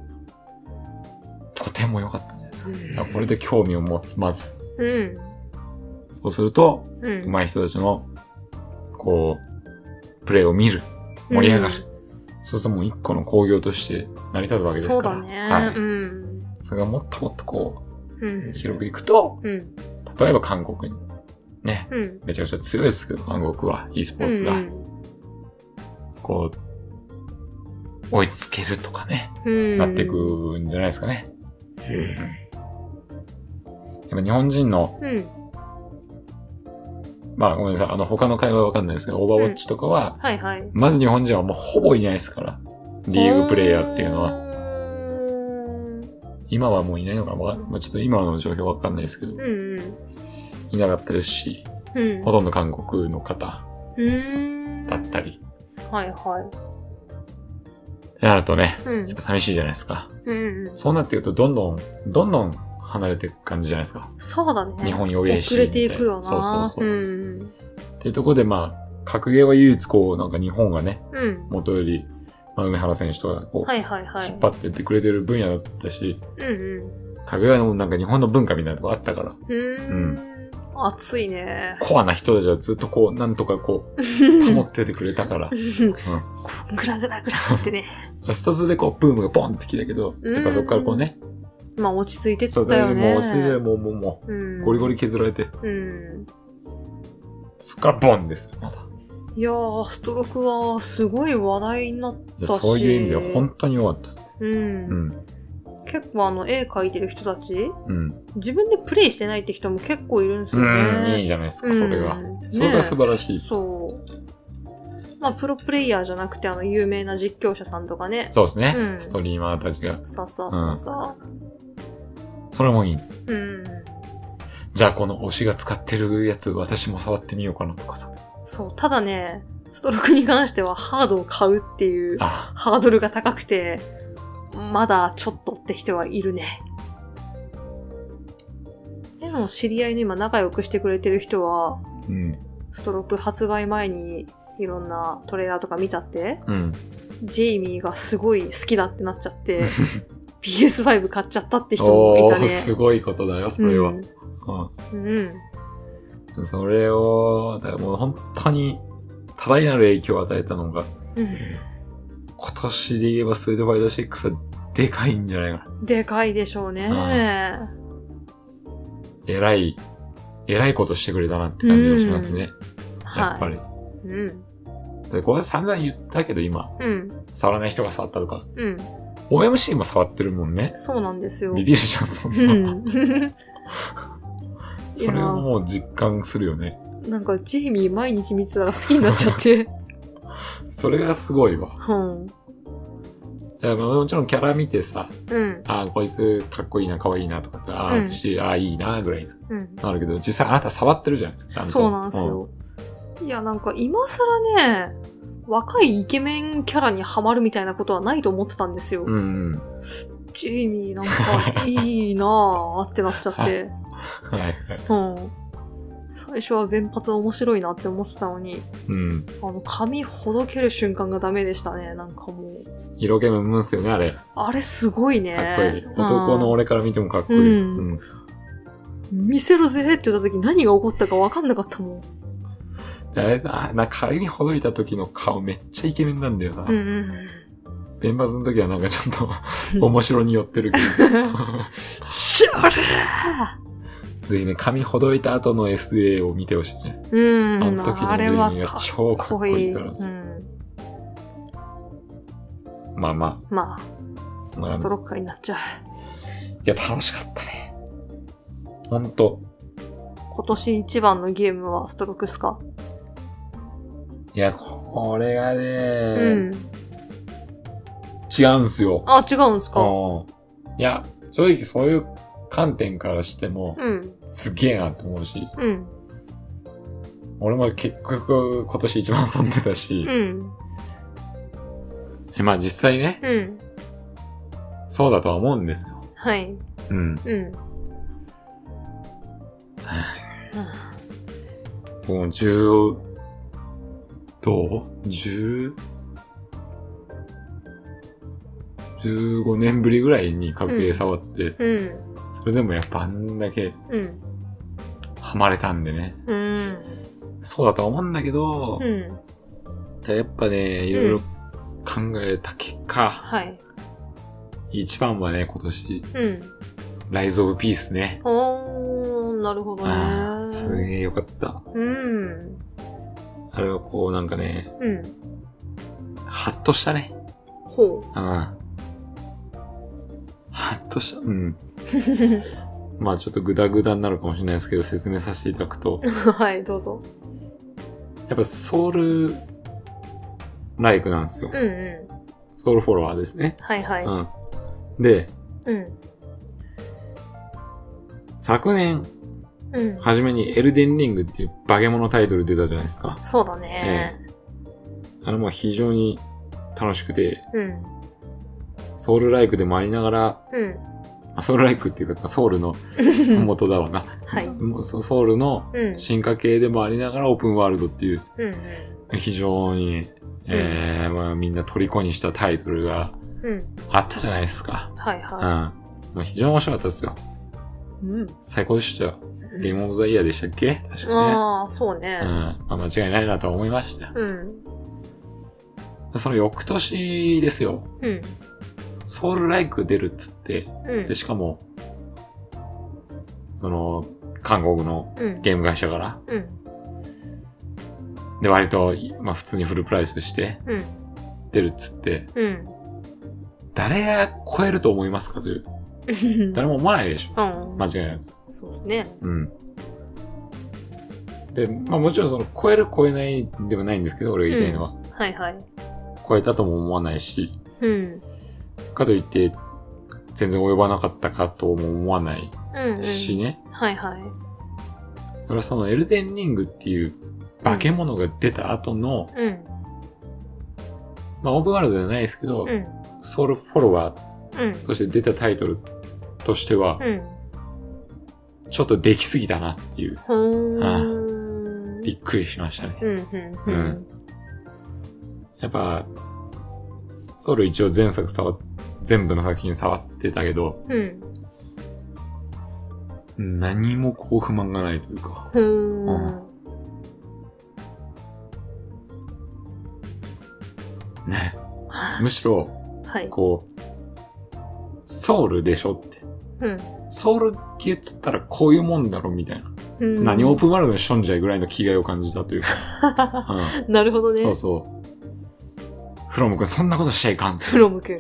とても良かったんじゃないですか。これで興味を持つ、まず。そうすると、上手い人たちの、こう、プレイを見る。盛り上がる。そうするともう一個の工業として成り立つわけですから。 そうだね。 それがもっともっとこう、広くいくと、例えば韓国に、ね、めちゃくちゃ強いですけど、韓国は e スポーツが、こう、追いつけるとかね、なっていくんじゃないですかね。やっぱ日本人の、まあごめんなさい、他の会話はわかんないですけど、オーバーウォッチとかは、まず日本人はもうほぼいないですから、リーグプレイヤーっていうのは。今はもういないのかな、まあ、ちょっと今の状況わかんないですけど、いなかったですし、ほとんど韓国の方だったり。なるとね、やっぱ寂しいじゃないですか。そうなってくるとどんどん離れていく感じじゃないですか。 そうだね。 日本弱いし。 遅れていくよな。 そう。っていうところでまあ、格ゲーは唯一こう、なんか日本がね、元より、まあ、梅原選手とかこう、引っ張ってってくれてる分野だったし、格ゲーはなんか日本の文化みたいなとこあったから。 熱いね。 コアな人たちはずっとこう、なんとかこう、保っててくれたから。 グラグラってね。 スタズでこう、ブームがポンってきたけど、やっぱそこからこうね。 まあ落ち着いてったよね。 もう落ち着いて、もう、ゴリゴリ削られて。そっからボンですよ、まだ。 いやー、ストロークはすごい話題になったし。 そういう意味では本当に良かったです。 結構絵描いてる人たち、自分でプレイしてないって人も結構いるんですよね。 いいじゃないですか、それが。それが素晴らしい。 そう。まあ、プロプレイヤーじゃなくて、有名な実況者さんとかね。 そうですね。ストリーマーたちが。 そう。 それもいい。 うん。 じゃあこの推しが使ってるやつ私も触ってみようかなとかさ。 そう、ただね、ストロークに関してはハードを買うっていうハードルが高くて、まだちょっとって人はいるね。でも知り合いの今仲良くしてくれてる人は、 うん、 ストローク発売前にいろんなトレーラーとか見ちゃって、 うん、 ジェイミーがすごい好きだってなっちゃって、PS5 買っちゃったって人もいたね。 すごいことだよ、それは。うん。それを、だからもう本当に多大なる影響を与えたのが、今年で言えばストリートファイター6はでかいんじゃないかな。 でかいでしょうね。 えらいことしてくれたなって感じがしますね。やっぱり。でこれ散々言ったけど今、触らない人が触ったとか。OMC も触ってるもんね。 そうなんですよ。 ビビるじゃん、そんな。それをもう実感するよね。 なんか、ジェイミー毎日見てたら好きになっちゃって。 それがすごいわ。いやもちろんキャラ見てさ、こいつかっこいいな、かわいいなとかって、いいな、ぐらいな。なるけど、実際あなた触ってるじゃないですか、ちゃんと。 そうなんですよ。いや、なんか今更ね、若いイケメンキャラにハマるみたいなことはないと思ってたんですよ。ジェイミーなんかいいなぁってなっちゃって。最初は弁髪面白いなって思ってたのに、髪ほどける瞬間がダメでしたね、なんかもう。 色気むんむんすよね、あれ。 あれすごいね。 かっこいい。男の俺から見てもかっこいい。 見せろぜって言った時何が起こったか分かんなかったもん。 あれだ、髪にほどいた時の顔めっちゃイケメンなんだよな。弁髪の時はなんかちょっと面白に寄ってるけど。 しゃれーぜひね、髪ほどいた後の SA を見てほしいね。あの時のジェイミーが超かっこいいから。まあ。 ストロークになっちゃう。 いや、楽しかったね。ほんと。 今年一番のゲームはストロークっすか？ いや、これがね、違うんすよ。 あ、違うんすか？ いや、正直そういう観点からしても、すげえなって思うし、俺も結局今年一番遊んでたし、まあ実際ね、そうだとは思うんですよ。 はい。 もう15年ぶりぐらいに格ゲー触って、それでもやっぱあんだけ、ハマれたんでね。そうだとは思うんだけど、やっぱね、いろいろ考えた結果、一番はね、今年、ライズ・オブ・ピースね。 なるほどね。 すげえよかった。あれはこうなんかね、ハッとしたね。ハッとした。まあちょっとグダグダになるかもしれないですけど、説明させていただくと。 はい、どうぞ。 やっぱソウルライクなんですよ。ソウルフォロワーですね。で、昨年、初めにエルデンリングっていう化け物タイトル出たじゃないですか。 そうだね。 あれも非常に楽しくて、ソウルライクでもありながら、ソウルライクっていうかソウルの元だわな。ソウルの進化系でもありながらオープンワールドっていう、非常に、まあ、みんな虜にしたタイトルがあったじゃないですか。非常に面白かったですよ。最高でしたよ。ゲームオブザイヤーでしたっけ？確かね。 ああ、そうね。 まあ、間違いないなと思いました。その翌年ですよ。ソウルライク出るっつって、で、しかも、その、韓国のゲーム会社から、で、割と、まあ普通にフルプライスして、出るっつって、誰が超えると思いますかという。誰も思わないでしょ。間違いない。 そうですね。 で、まあもちろんその、超える超えないではないんですけど、俺が言いたいのは。超えたとも思わないし、かといって、 全然及ばなかったかとも思わないしね。 はいはい。 だからそのエルデンリングっていう化け物が出た後の、まあオープンワールドじゃないですけど、ソウルフォロワーとして出たタイトルとしては、ちょっとできすぎだなっていう。びっくりしましたね。やっぱ、ソウル一応全部の作品触ってたけど、何もこう不満がないというか。ね。むしろ、こう、ソウルでしょって。ソウル系っつったらこういうもんだろみたいな。何オープンワールドにしょんじゃいぐらいの気概を感じたというか。 なるほどね。 そうそう。フロム君そんなことしちゃいかん。 フロム君。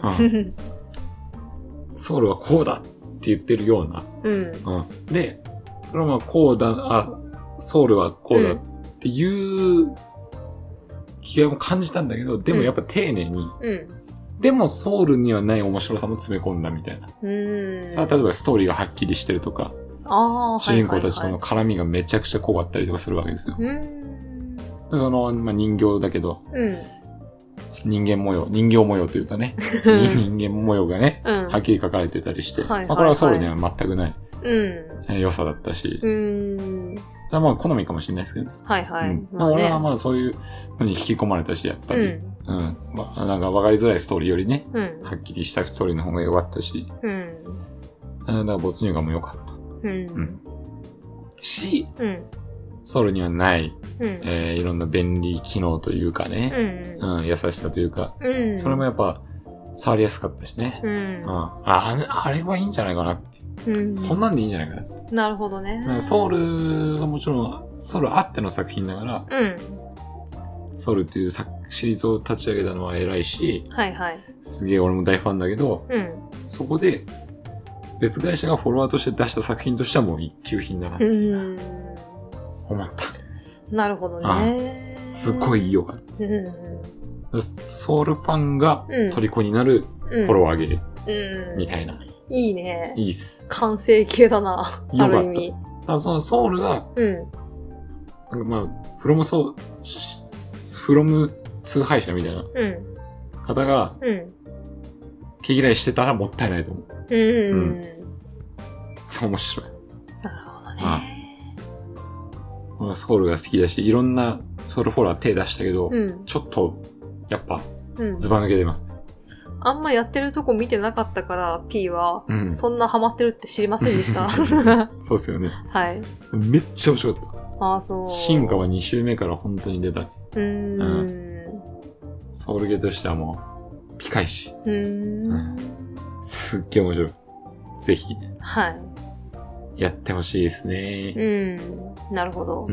ソウルはこうだって言ってるような。で、フロムはこうだ、ソウルはこうだっていう気概も感じたんだけど、でもやっぱ丁寧に、でもソウルにはない面白さも詰め込んだみたいな。さあ、例えばストーリーがはっきりしてるとか、主人公たちとの絡みがめちゃくちゃ濃かったりとかするわけですよ。でその、まあ、人形だけど、人形模様というかね、人間模様がね、はっきり書かれてたりして、まあこれはソウルには全くない、良さだったし、まあ好みかもしれないですけどね。俺はまあそういうのに引き込まれたし、やっぱり、まあなんか分かりづらいストーリーよりね、はっきりしたストーリーの方が良かったし、だから没入感も良かった。ソウルにはない、いろんな便利機能というかね、優しさというか、それもやっぱ触りやすかったしね。あれはいいんじゃないかなって。そんなんでいいんじゃないかなって。 なるほどね。 ソウルはもちろん、ソウルあっての作品だから、ソウルっていうシリーズを立ち上げたのは偉いし、すげえ俺も大ファンだけど、そこで別会社がフォロワーとして出した作品としてはもう一級品だなって思った。 なるほどね。 すごい良かった。ソウルファンが虜になるフォロワーゲーみたいな。 いいね。 いいっす。 完成形だな。ある意味。 そのソウルが、まあ、フロム崇拝者みたいな方が、毛嫌いしてたらもったいないと思う。そう、面白い。 なるほどね。 ソウルが好きだし、いろんなソウルフォロワー手出したけど、ちょっと、やっぱ、ズバ抜け出ますね。 あんまやってるとこ見てなかったから、P は、そんなハマってるって知りませんでした。 そうですよね。 はい。 めっちゃ面白かった。 そう。 進化は2週目から本当に出た。ソウルゲーとしてはもう、ピカイチ。すっげえ面白い。ぜひ、 はい。 やってほしいですね。 なるほど。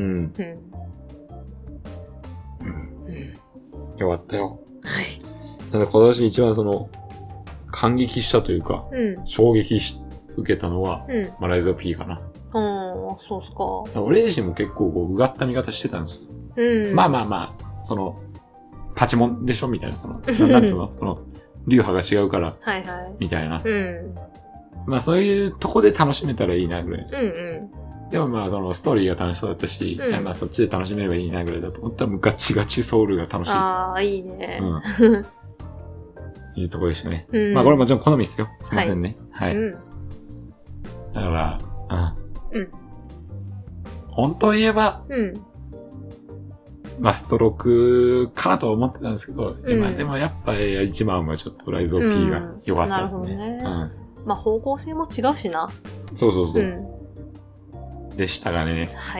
よかったよ。 はい。 ただ今年一番感激したというか、衝撃受けたのは、まあ、ライズオ P かな。 そうっすか。 俺自身も結構うがった見方してたんですよ。まあ、パチモンでしょみたいな、なんつうの流派が違うから、みたいな。まあそういうとこで楽しめたらいいなぐらい。でもまあストーリーが楽しそうだったし、まあそっちで楽しめればいいなぐらいだと思ったらもうガチガチソウルが楽しい。 いいね。 いうとこでしたね。まあこれもちろん好みですよ。すいませんね。はい。だから、本当言えば、まあストロークかなとは思ってたんですけど、でもやっぱり一番はちょっとライズオ P が良かったですね。 まあ方向性も違うしな。 そう。でしたがね。 はい。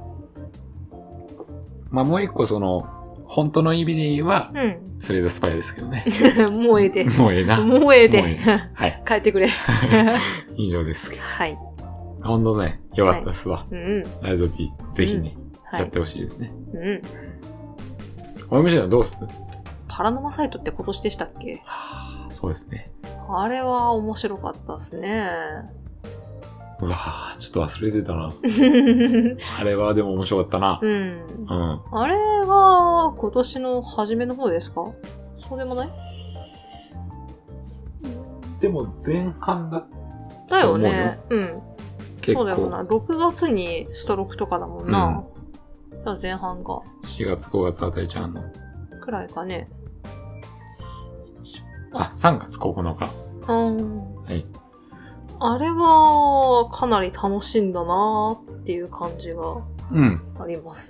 まあもう一個本当の意味で言えば、スレイザースパイですけどね。 もうええで。 もうええな。 もうええで。 はい。 帰ってくれ。 以上ですけど。 はい。 本当ね、良かったですわ。ライズオ P、ぜひね、やってほしいですね。お店はどうする？ パラノマサイトって今年でしたっけ？ そうですね。 あれは面白かったですね。 うわぁ、ちょっと忘れてたな。あれはでも面白かったな。 あれは今年の初めの方ですか？そうでもない？ でも前半だだよね。うん。 結構。 そうだよな。6月にスト6とかだもんな。じゃあ前半が。 4月5月あたりちゃんの。 くらいかね。 あ、3月9日。はい。 あれは、かなり楽しんだなーっていう感じがあります。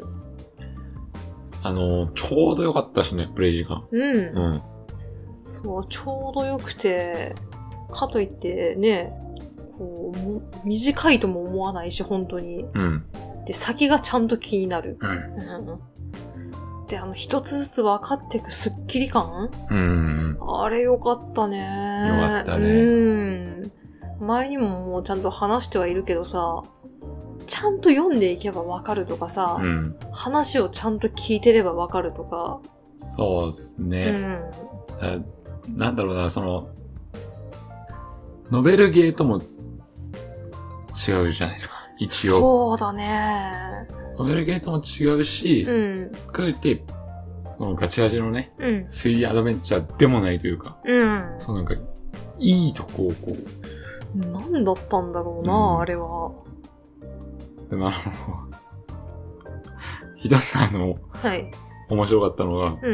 ちょうどよかったしね、プレイ時間。 そう、ちょうどよくて、かといってね、こう、短いとも思わないし、本当に。で、先がちゃんと気になる。で、一つずつ分かっていくスッキリ感、あれよかったね。 よかったね。 前にももうちゃんと話してはいるけどさ、ちゃんと読んでいけば分かるとかさ、話をちゃんと聞いてれば分かるとか。 そうですね。なんだろうな、ノベルゲーとも違うじゃないですか、一応。 そうだね。 ノベルゲーとも違うし、かといって、ガチガチのね、推理アドベンチャーでもないというか、なんか、いいとこをこう。 なんだったんだろうな、あれは。 でも一つ面白かったのが、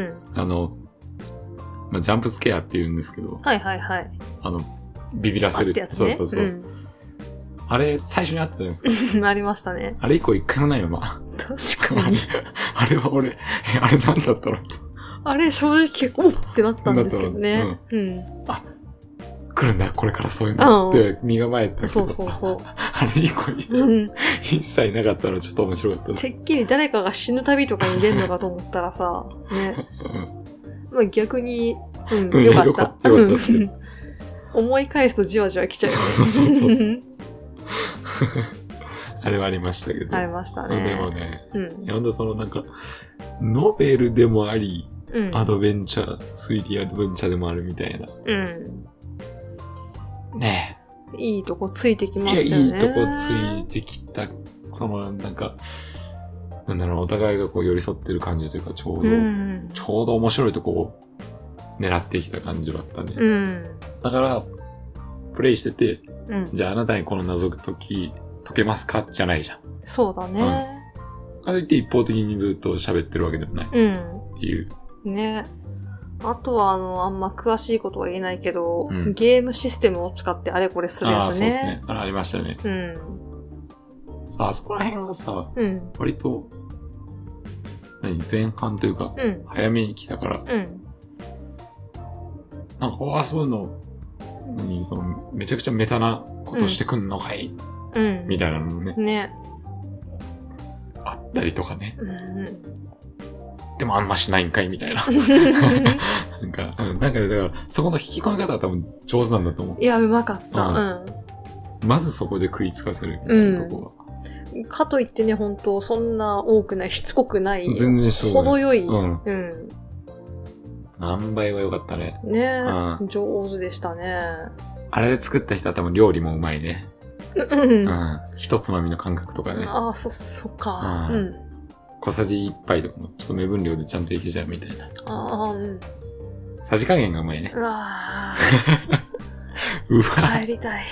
ジャンプスケアって言うんですけど、ビビらせる。そうそうそう。あれ、最初にあったじゃないですか。 ありましたね。 あれ以降一回もないよな。 確かに。 あれは俺、あれなんだったのって。 あれ、正直結構ってなったんですけどね。 あ、来るんだ、これからそういうのって身構えたけど。 そうそうそう。 あれ以降、一切なかったのちょっと面白かった。 てっきり誰かが死ぬ旅とかに出るのかと思ったらさ、ね。まあ逆に、よかった。思い返すとじわじわ来ちゃう。 そう。あれはありましたけど。 ありましたね。 でもね、ほんとなんか、ノベルでもあり、アドベンチャー、推理アドベンチャーでもあるみたいな。ねえ。いいとこついてきましたよね。 いいとこついてきた、なんか、なんだろう、お互いがこう寄り添ってる感じというか、ちょうど面白いとこを狙ってきた感じだったね。だから、プレイしてて、じゃああなたにこの謎解けますかじゃないじゃん。 そうだね。 かといって一方的にずっと喋ってるわけでもない。っていう。 ね。あとはあんま詳しいことは言えないけど、ゲームシステムを使ってあれこれするやつね。 そうですね。それありましたね。あそこら辺もさ、割と、前半というか、早めに来たから、なんか、そういうの、めちゃくちゃメタなことしてくんのかい、みたいなのもね。あったりとかね。でもあんましないんかいみたいな。なんか、だから、そこの引き込み方は多分上手なんだと思う。 いや、うまかった。 まずそこで食いつかせるみたいなとこは。 かといってね、本当そんな多くない、しつこくない。 全然そう。 程よい。 塩梅は良かったね。 ね、上手でしたね。 あれで作った人は多分料理もうまいね。一つまみの感覚とかね。 ああ、そっか。 小さじ1杯とかもちょっと目分量でちゃんといけちゃうみたいな。さじ加減がうまいね。 うわ帰りたい。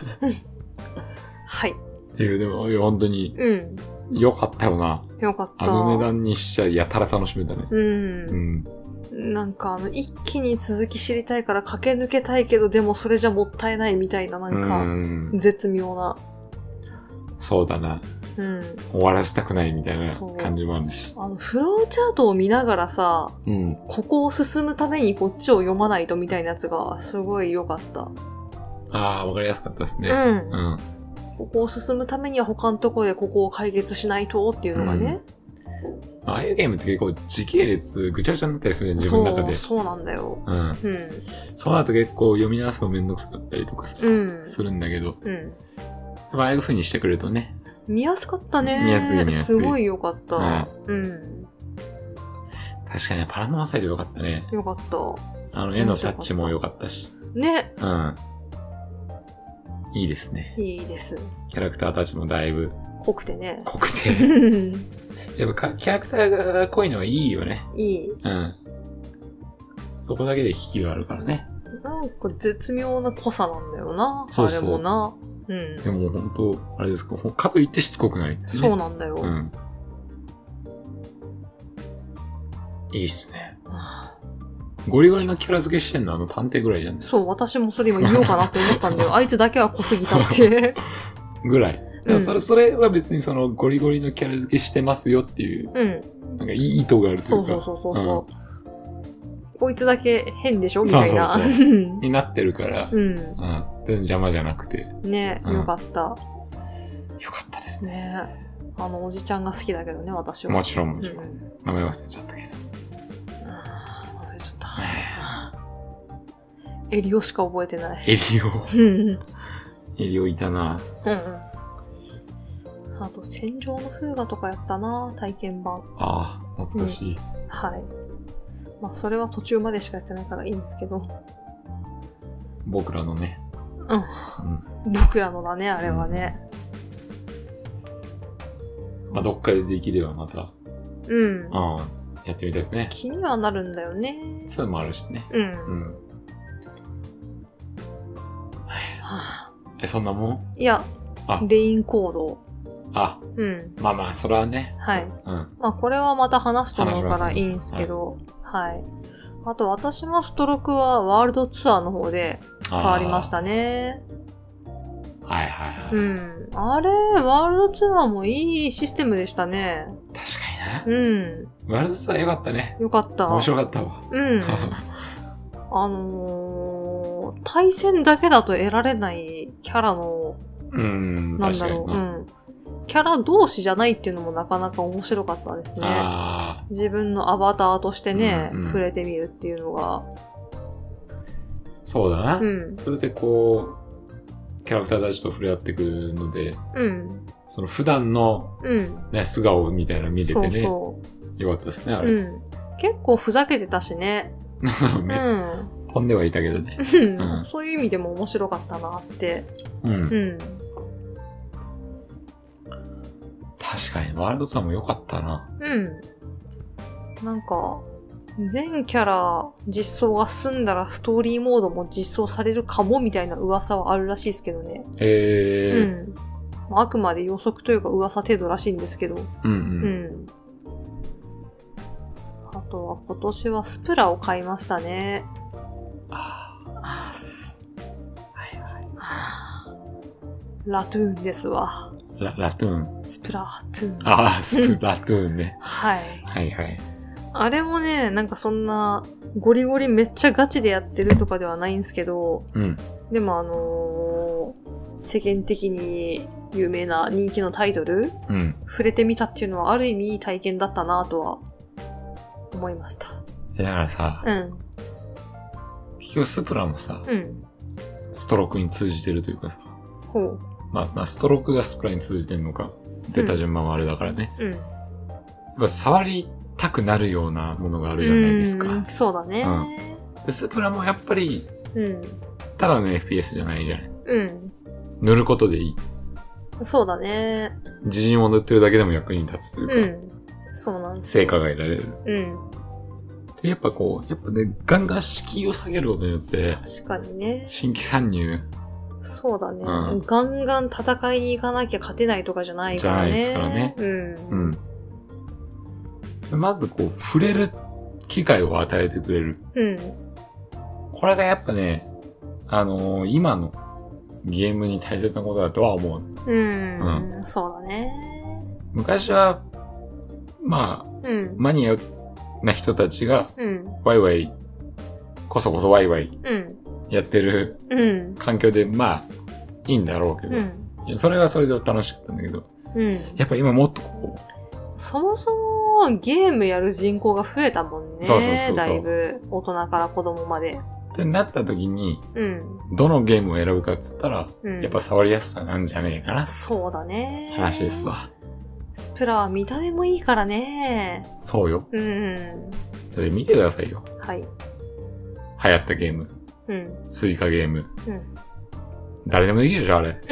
はい。 でも、本当に、よかったよな。 よかった。 あの値段にしちゃやたら楽しめたね。 なんか一気に続き知りたいから駆け抜けたいけど、でもそれじゃもったいないみたいな、なんか、絶妙な。 そうだな。終わらせたくないみたいな感じもあるし。 フローチャートを見ながらさ、ここを進むためにこっちを読まないとみたいなやつがすごい良かった。 ああ、わかりやすかったですね。 ここを進むためには他のところでここを解決しないとっていうのがね。 ああいうゲームって結構時系列ぐちゃぐちゃになったりするね、自分の中で。 そうなんだよ。 その後結構読み直すのめんどくさかったりとかさ、するんだけど。ああいう風にしてくれるとね。 見やすかったね。 見やすい。 すごい良かった。 確かにパラノマサイド良かったね。 良かった。 絵のタッチも良かったし。 ね。 いいですね。 いいです。 キャラクターたちもだいぶ。 濃くてね。 濃くて。やっぱキャラクターが濃いのはいいよね。 いい。 そこだけで引きがあるからね。 なんか絶妙な濃さなんだよな。 そうそうあれもな。うん。 でも本当あれですか、かといってしつこくない、ね。 そうなんだよ。 うん。いいっすね。ゴリゴリのキャラ付けしてんの探偵ぐらいじゃん。 そう、私もそれ今言おうかなって思ったんだよ。あいつだけは濃すぎたって。 ぐらい。でもそれは別にそのゴリゴリのキャラ付けしてますよっていう、なんか意図があるというか。 そう。こいつだけ変でしょみたいな。 になってるから。全然邪魔じゃなくて。 ね、よかった。 よかったですね。 おじちゃんが好きだけどね、私は。 もちろん。名前忘れちゃったけど。 忘れちゃった。エリオしか覚えてない。 エリオ。エリオいたな。 あと、戦場の風雅とかやったな、体験版。 ああ、懐かしい。 はい。まあ、それは途中までしかやってないからいいんですけど。 僕らのね。 僕らのだね、あれはね。 まあ、どっかでできればまた。やってみたいですね。 気にはなるんだよね。 2もあるしね。そんなもん？ いや、レインコード。 まあまあ、それはね。 はい。まあ、これはまた話すと思うからいいんですけど、はい。あと、私もストロークはワールドツアーの方で触りましたね。あれ、ワールドツアーもいいシステムでしたね。 確かにね。ワールドツアーよかったね。 よかった。 面白かったわ。 対戦だけだと得られないキャラの、なんだろう、キャラ同士じゃないっていうのもなかなか面白かったですね。自分のアバターとしてね、触れてみるっていうのが。 そうだな。それでこう、キャラクターたちと触れ合ってくるので、その普段の、ね、素顔みたいなの見れてね。よかったですね、あれ。 結構ふざけてたしね。 飛んではいたけどね。 そういう意味でも面白かったなって。 確かに、ワールドツアーも良かったな。 なんか、全キャラ実装が済んだらストーリーモードも実装されるかもみたいな噂はあるらしいですけどね。あくまで予測というか噂程度らしいんですけど。あとは今年はスプラを買いましたね。ラトゥーンですわ。 ラトゥーン。 スプラトゥーン。 スプラトゥーンね。 はい。あれもね、なんかそんな、ゴリゴリめっちゃガチでやってるとかではないんですけど、でも世間的に有名な人気のタイトル、触れてみたっていうのはある意味いい体験だったなとは思いました。 だからさ、結局スプラもさ、ストロークに通じてるというかさ、まあストロークがスプラに通じてるのか、出た順番はあれだからね。やっぱ触りたくなるようなものがあるじゃないですか。 そうだね。 でスプラもやっぱり、ただの FPS じゃないじゃない。塗ることでいい。 そうだね。 自信を塗ってるだけでも役に立つというか、 そうなんです。 成果が得られる。で、やっぱね、ガンガン敷居を下げることによって、 確かにね。 新規参入。 そうだね。ガンガン戦いに行かなきゃ勝てないとかじゃないからね。 じゃないですからね。まず触れる機会を与えてくれる。これがやっぱね、今のゲームに大切なことだとは思う。そうだね。昔は、まあ、マニアな人たちが、ワイワイ、こそこそワイワイ、やってる環境で、まあ、いいんだろうけど、それはそれで楽しかったんだけど、やっぱ今もっとそもそもゲームやる人口が増えたもんね。だいぶ、大人から子供まで。ってなった時に、どのゲームを選ぶかっつったら、やっぱ触りやすさなんじゃねえかな。そうだね。話ですわ。スプラは見た目もいいからね。そうよ。だって見てくださいよ。はい。流行ったゲーム。スイカゲーム。誰でもできるでしょ、あれ。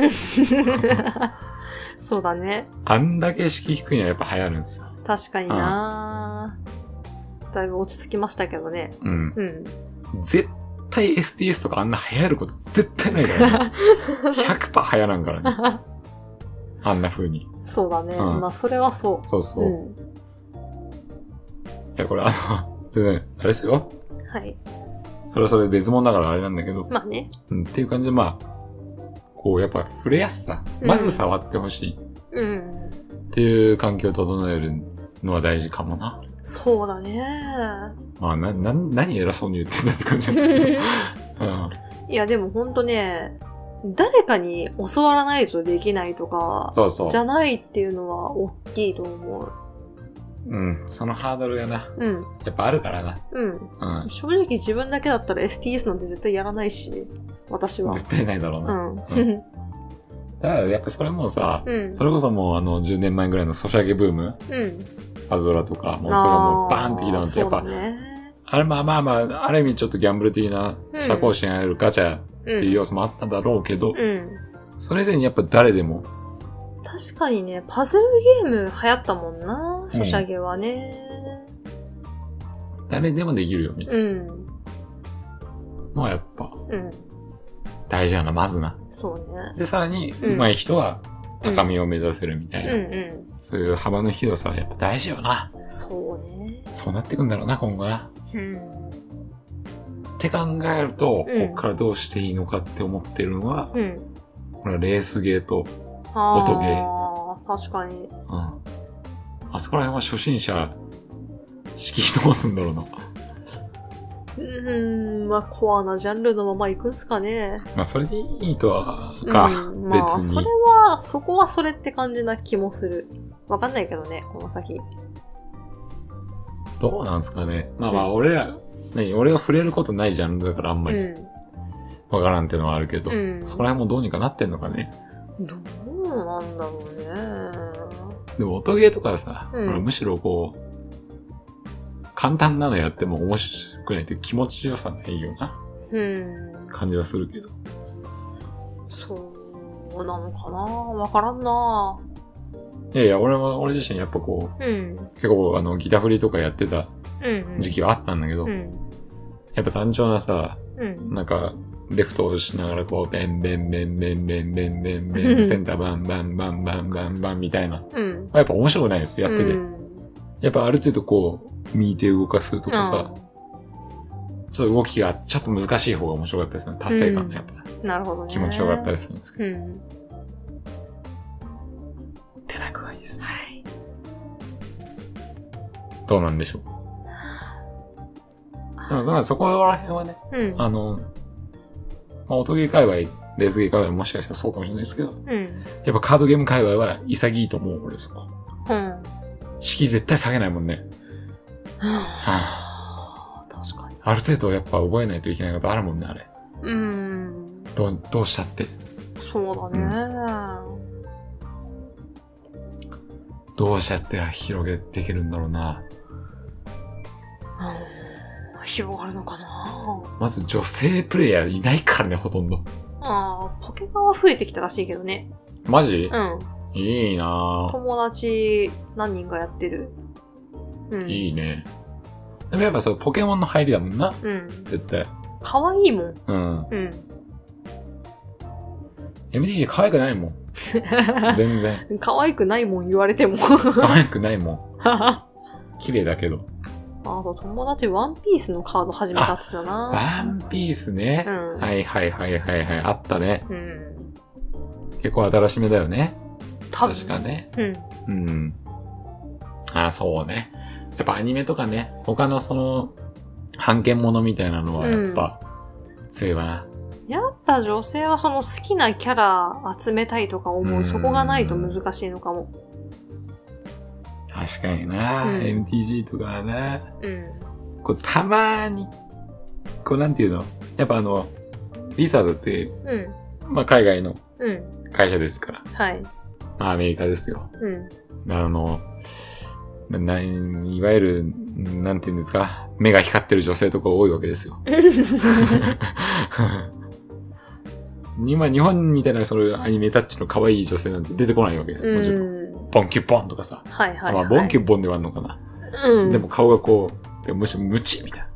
そうだね。あんだけ敷居低いのはやっぱ流行るんですよ。確かにな、だいぶ落ち着きましたけどね。絶対 STS とかあんな流行ること絶対ないからね。100% 流行らんからね。あんな風に。 そうだね。まあ、それはそう。 そうそう。いや、これ全然、あれですよ。 はい。 それはそれ別物だからあれなんだけど。 まあね。 っていう感じで、まあ、こう、やっぱ触れやすさ。まず触ってほしい。っていう環境を整えるのは大事かもな。 そうだね。 まあ、何偉そうに言ってんだって感じなんですけど。 いや、でもほんとね、誰かに教わらないとできないとか、じゃないっていうのは大きいと思う。 そのハードルがな。やっぱあるからな。 正直自分だけだったら STS なんて絶対やらないし、私は。 絶対ないだろうな。だからやっぱそれもさ、それこそもう10年前ぐらいのソシャゲブーム、パズドラとか、もうそれがもうバーンってきたのって、やっぱ、あれまあ、ある意味ちょっとギャンブル的な社交心あるガチャっていう要素もあったんだろうけど、それ以前にやっぱ誰でも。 確かにね、パズルゲーム流行ったもんな、ソシャゲはね。 誰でもできるよ、みたいな。もうやっぱ、大事やな、まずな。 そうね。 で、さらに、上手い人は高みを目指せるみたいな。そういう幅の広さはやっぱ大事よな。 そうね。 そうなってくんだろうな、今後な。って考えると、こっからどうしていいのかって思ってるのは、これはレースゲーと音ゲー。 確かに。 あそこら辺は初心者、敷き通すんだろうな。 まあ、コアなジャンルのまま行くんすかね。 まあ、それでいいとは、別に。 そこはそれって感じな気もする。わかんないけどね、この先。 どうなんすかね。まあ、俺が触れることないジャンルだからあんまり、わからんってのはあるけど、そこら辺もどうにかなってんのかね。 どうなんだろうね。 でも、音ゲーとかさ、むしろこう、簡単なのやっても面白くないって気持ちよさないよな。感じはするけど。 そうなのかな、わからんな。 いや、俺自身やっぱこう、結構ギター振りとかやってた時期はあったんだけど、やっぱ単調なさ、なんか、レフトをしながらこう、ベンベンベンベンベンベンベンベン、センターバンバンバンバンバンバンみたいな。やっぱ面白くないですよ、やってて。やっぱある程度こう、右手動かすとかさ、ちょっと動きがちょっと難しい方が面白かったですね。達成感がやっぱ。 なるほどね。 気持ちよかったりするんですけど。手なくはいいです。はい。どうなんでしょう。でもそこら辺はね、音ゲー界隈、レースゲー界隈もしかしたらそうかもしれないですけど、やっぱカードゲーム界隈は潔いと思う、俺ですか。敷居絶対下げないもんね。 確かに。 ある程度やっぱ覚えないといけないことあるもんね、あれ。どうしたって。 そうだね。 どうしちゃって広げていけるんだろうな。 広がるのかな。 まず女性プレイヤーいないからね、ほとんど。 ポケカは増えてきたらしいけどね。 マジ？いいなぁ。 友達何人かやってる。 いいね。でもやっぱそう、ポケモンの入りだもんな。絶対。 可愛いもん。 MTG 可愛くないもん。全然。 可愛くないもん言われても。 可愛くないもん。綺麗だけど。 あと友達ワンピースのカード始めたって言ってたな。 ワンピースね。はいあったね。結構新しめだよね。確かね。そうね。やっぱアニメとかね、他のその、版権ものみたいなのはやっぱ、強いわな。 やっぱ女性はその好きなキャラ集めたいとか思う、そこがないと難しいのかも。 確かにな、MTG とかはな。こうたまーに、こうなんていうの、やっぱリザードって、まあ海外の会社ですから。まあアメリカですよ。いわゆる、なんていうんですか、目が光ってる女性とか多いわけですよ。今、日本みたいなそのアニメタッチの可愛い女性なんて出てこないわけですよ。もちろん。ポンキュッポンとかさ。まあ、ボンキュッポンではあるのかな。でも顔がこう、むしろムチみたいな。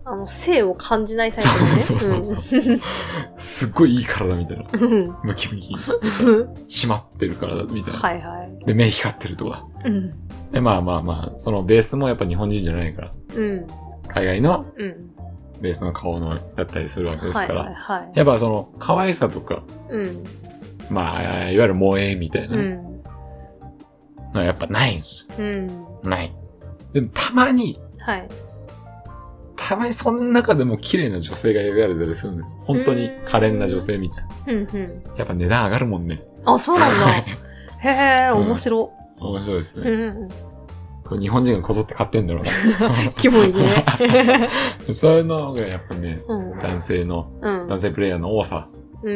性を感じないタイプでね。 そうそうそうそう。すっごいいい体みたいな。ムキムキ。締まってる体みたいな。 はいはい。 で、目光ってるとか。 うん。 で、まあ、そのベースもやっぱ日本人じゃないから。うん。海外の、ベースの顔のだったりするわけですから。はいはいはい、やっぱその、可愛さとか。うん。まあ、いわゆる萌えみたいなね。うん。やっぱないんですよ。うん。ない。でもたまに、はい。たまにその中でも綺麗な女性が描かれたりするんですよ。本当に可憐な女性みたいな。うんうん。やっぱ値段上がるもんね。 あ、そうなんだ。へえ、面白。 面白いですね。これ日本人がこぞって買ってんだろうな。 キモいね。 そういうのがやっぱね、男性プレイヤーの多さ。うん。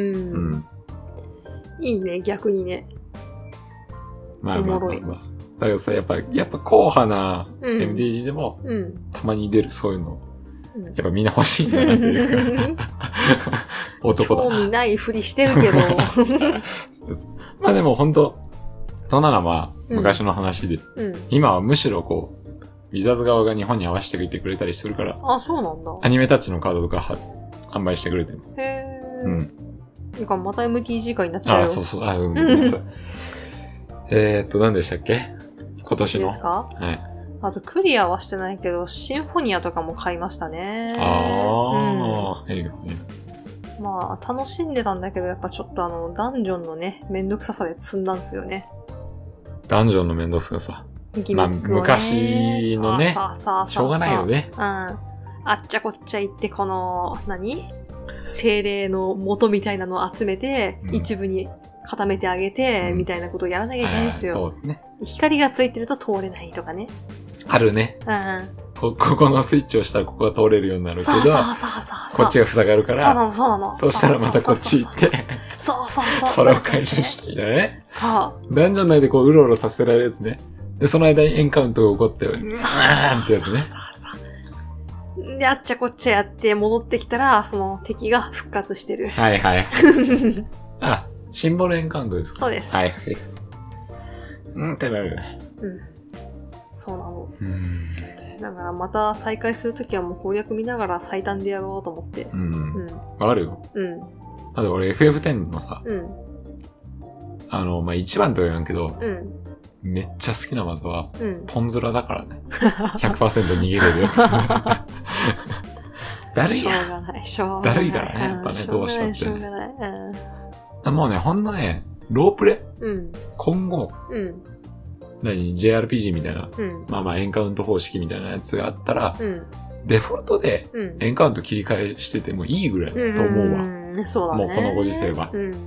いいね、逆にね。 まあ。だけどさ、やっぱ硬派な MDG でも、たまに出るそういうの、やっぱみんな欲しいんだなっていうか、男だな。 興味ないふりしてるけど。 まあでも本当そんなのは昔の話で、今はむしろこう、ウィザーズ側が日本に合わせてきてくれたりするから、 あ、そうなんだ。 アニメタッチのカードとか販売してくれてる。 へー。うん。なんかまた MTG 化になっちゃうよ。 あ、そうそう、ごめんなさい。何でしたっけ？今年の。 ですか？はい。あと、クリアはしてないけど、シンフォニアとかも買いましたね。 ああ、いいよね。 まあ、楽しんでたんだけど、やっぱちょっとダンジョンのね、めんどくささで積んだんですよね。 ダンジョンのめんどくささ。まあ、昔のね、しょうがないよね。 うん。あっちゃこっちゃ行って、この、精霊の元みたいなのを集めて、一部に固めてあげて、みたいなことをやらなきゃいけないんですよ。 そうですね。 光がついてると通れないとかね。 あるね。ここのスイッチをしたらここが通れるようになるけど、こっちが塞がるから、 そうなの。 そうしたらまたこっち行って、それを回収していたね。 そう。 ダンジョン内でこう、うろうろさせられるやつね。で、その間にエンカウントが起こって、ーンってやつね。 で、あっちゃこっちゃやって戻ってきたら、その敵が復活してる。 はいはい。あ、シンボルエンカウントですか？ そうです。 はい。ってなるね。 そうなの。だからまた再開するときはもう攻略見ながら最短でやろうと思って。 わかるよ。あと俺 FF10 のさ、まあ、1番とは言わんけど、めっちゃ好きな技は、トンズラだからね。100% 逃げれるやつ。だるいや。だるいからね、やっぱね、どうしたってね。もうね、ほんとね、ロープレ、今後、JRPG みたいな、まあエンカウント方式みたいなやつがあったら、デフォルトでエンカウント切り替えしててもいいぐらいと思うわ。 そうだね。 もうこのご時世は。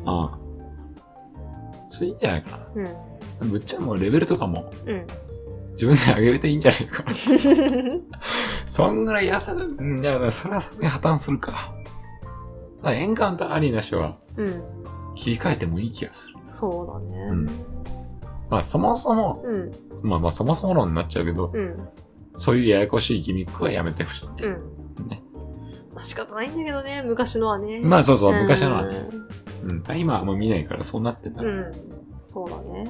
それいいんじゃないかな。ぶっちゃもうレベルとかも、自分で上げれていいんじゃないかな。そんぐらいいや、それはさすがに破綻するか。エンカウントありなしは、切り替えてもいい気がする。 そうだね。 まあそもそも、まあそもそも論になっちゃうけど、そういうややこしいギミックはやめてほしいね。 まあ仕方ないんだけどね、昔のはね。 まあそうそう、昔のはね。今はもう見ないからそうなってんだろう。 そうだね。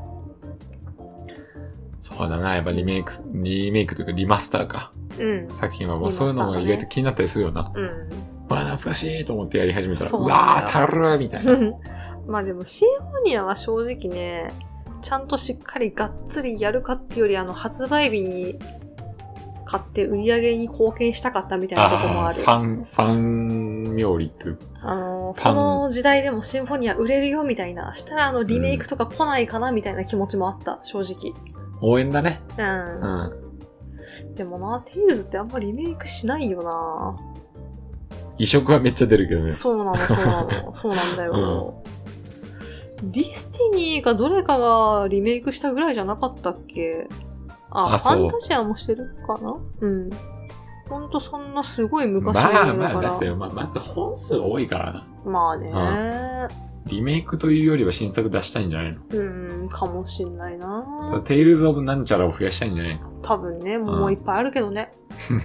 そうだな、やっぱリメイクというかリマスターか。作品はもうそういうのが意外と気になったりするよな。わあ、懐かしいと思ってやり始めたら、うわー、たるーみたいな。 まあでもシンフォニアは正直ね、ちゃんとしっかりがっつりやるかっていうより、発売日に買って売り上げに貢献したかったみたいなとこもある。 ファン冥利っていうか。 この時代でもシンフォニア売れるよみたいな。したらリメイクとか来ないかなみたいな気持ちもあった、正直。 応援だね。 でもな、テイルズってあんまリメイクしないよな。 移植はめっちゃ出るけどね。 そうなの。そうなんだよ。ディスティニーかどれかがリメイクしたぐらいじゃなかったっけ？ファンタジアもしてるかな？ほんとそんなすごい昔のだから。 まあ、だってまず本数多いからな。 まあね。 リメイクというよりは新作出したいんじゃないの？ かもしんないな。 テイルズ・オブ・なんちゃらを増やしたいんじゃないの？ 多分ね、もういっぱいあるけどね。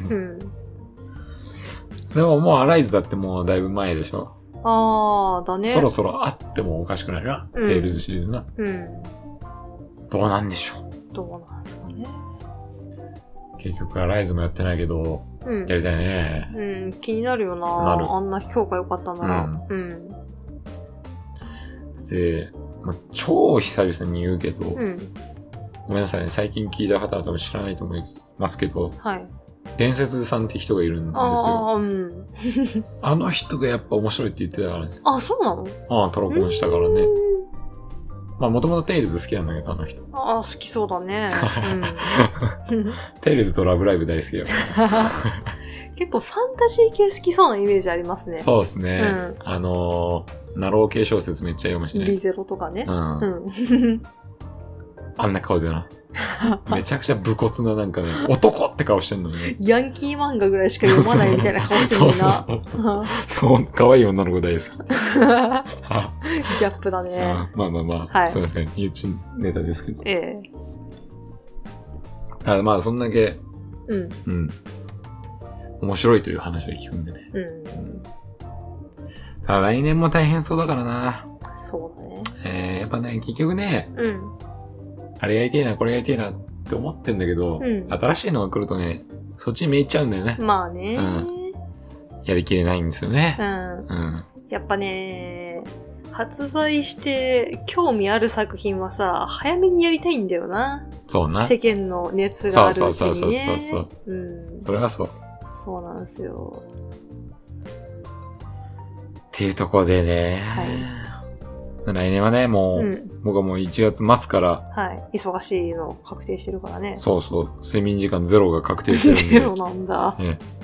でももうアライズだってもうだいぶ前でしょ。 だね。 そろそろあってもおかしくないな。テイルズシリーズな。どうなんでしょう。 どうなんですかね。 結局アライズもやってないけど、 やりたいね。 うん、気になるよな。あんな評価良かったなら。 で、超久々に言うけど、ごめんなさいね、最近聞いた方は多分知らないと思いますけど、伝説さんって人がいるんですよ。あの人がやっぱ面白いって言ってたからね。 あ、そうなの？ トロコンしたからね。もともとテイルズ好きなんだけど、あの人。 好きそうだね。 テイルズとラブライブ大好きだよ。 結構ファンタジー系好きそうなイメージありますね。 そうですね。ナロー系小説めっちゃ読むしね。 リゼロとかね。あんな顔でな。めちゃくちゃ武骨ななんかね、男って顔してんのね。 ヤンキー漫画ぐらいしか読まないみたいな顔してるな。 そう可愛い女の子大好き。ギャップだね。 すいません。YouTube ネタですけど。そんだけ、面白いという話を聞くんでね。ただ来年も大変そうだからな。 そうだね。 やっぱね、結局ね、あれやりてえな、これやりてえなって思ってんだけど、新しいのが来るとね、そっちにめいっちゃうんだよね。 まあね、 やりきれないんですよね。 やっぱね、発売して興味ある作品はさ、早めにやりたいんだよな。 そうな。 世間の熱があるうちにね。 それはそう。 そうなんですよ。 っていうところでね。来年はね、もう、僕はもう1月末から。 忙しいの確定してるからね。 そうそう。睡眠時間ゼロが確定してるんで。 ゼロなんだ。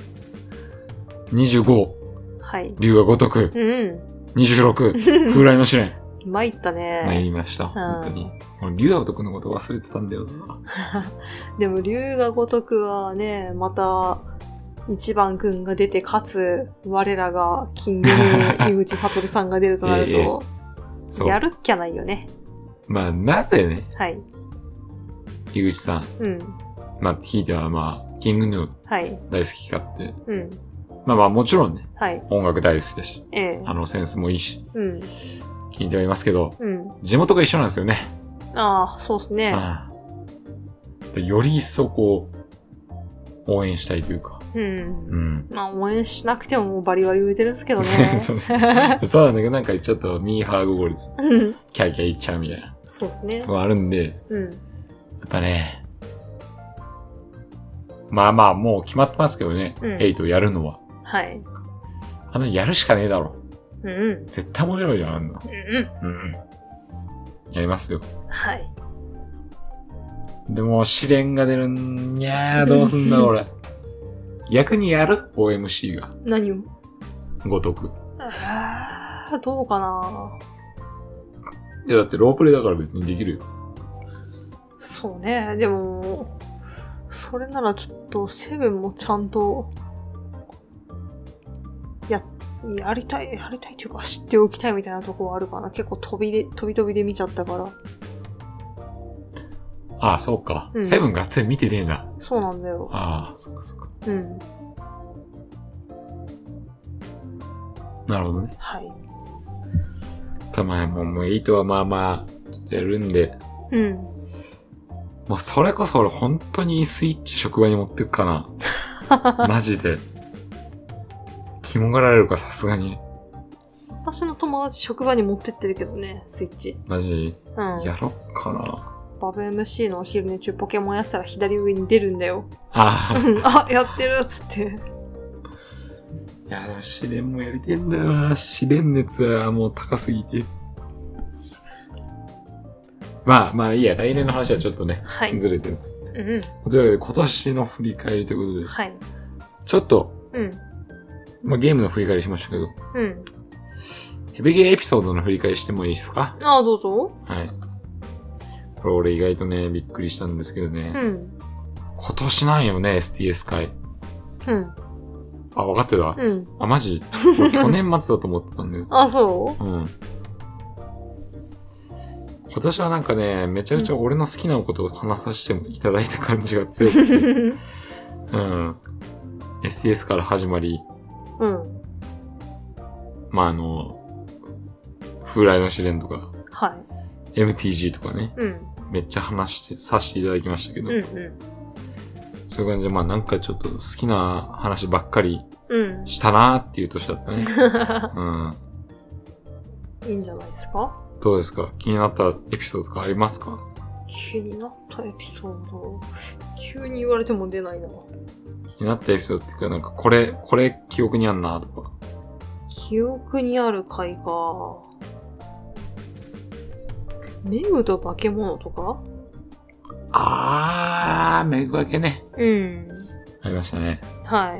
25。龍が如く。26。風来の試練。 参ったね。 参りました。本当に。龍が如くのこと忘れてたんだよな。 でも龍が如くはね、また、一番くんが出て、かつ、我らがキング井口悟さんが出るとなると、やるっきゃないよね。 なぜね。井口さん。ひいてはキングヌー大好きかって。もちろんね。音楽大好きだし。センスもいいし。聞いてはいますけど、地元が一緒なんですよね。 そうですね。 より一層こう、応援したいというか。 応援しなくてももうバリバリ売れてるんですけどね。 そうなんだけど、なんかちょっとミーハーゴゴルで、キャーキャー言っちゃうみたいな。 そうですね。 あるんで、やっぱね、もう決まってますけどね、ヘイトやるのは。やるしかねえだろ。絶対面白いじゃん、あんな。やりますよ。でも、試練が出るんにゃー、どうすんだ、俺。逆にやる ?OMC が。 何を？ ごとく。 どうかな。 いや、だってロープレイだから別にできるよ。 そうね。でも、それならちょっと、セブンもちゃんと、やりたいというか、知っておきたいみたいなとこはあるかな。結構飛びで見ちゃったから。 そうか。セブンがっつり見てねえな。 そうなんだよ。 そっかそっか。なるほどね。たまにもう8はちょっとやるんで。もうそれこそ俺本当にスイッチ職場に持ってくかな。マジで。肝がられるかさすがに。 私の友達職場に持ってってるけどね、スイッチ。 マジ？やろっかな。 バブ MC のお昼寝中ポケモンやったら左上に出るんだよ。やってるっつって。 いや、でも試練もやりてんだよな。試練熱はもう高すぎて。いいや、来年の話はちょっとね、ずれてます、ね。というわけで、今年の振り返りということで、ちょっと、ゲームの振り返りしましたけど、ヘビゲーエピソードの振り返りしてもいいですか？ どうぞ。 これ俺意外とね、びっくりしたんですけどね。今年なんよね、STS 会。分かってた？マジ？去年末だと思ってたんだよ。 そう？ 今年はなんかね、めちゃくちゃ俺の好きなことを話させていただいた感じが強くて。STS から始まり。風来の試練とか。MTG とかね。めっちゃさせていただきましたけど。 そういう感じで、まあなんかちょっと好きな話ばっかりしたなーっていう年だったね。 いいんじゃないですか？ どうですか？気になったエピソードとかありますか？ 気になったエピソード。急に言われても出ないな。 気になったエピソードっていうか、なんかこれ記憶にあんなとか。 記憶にある回か。メグと化け物とか？ メグ化けね。ありましたね。 はい。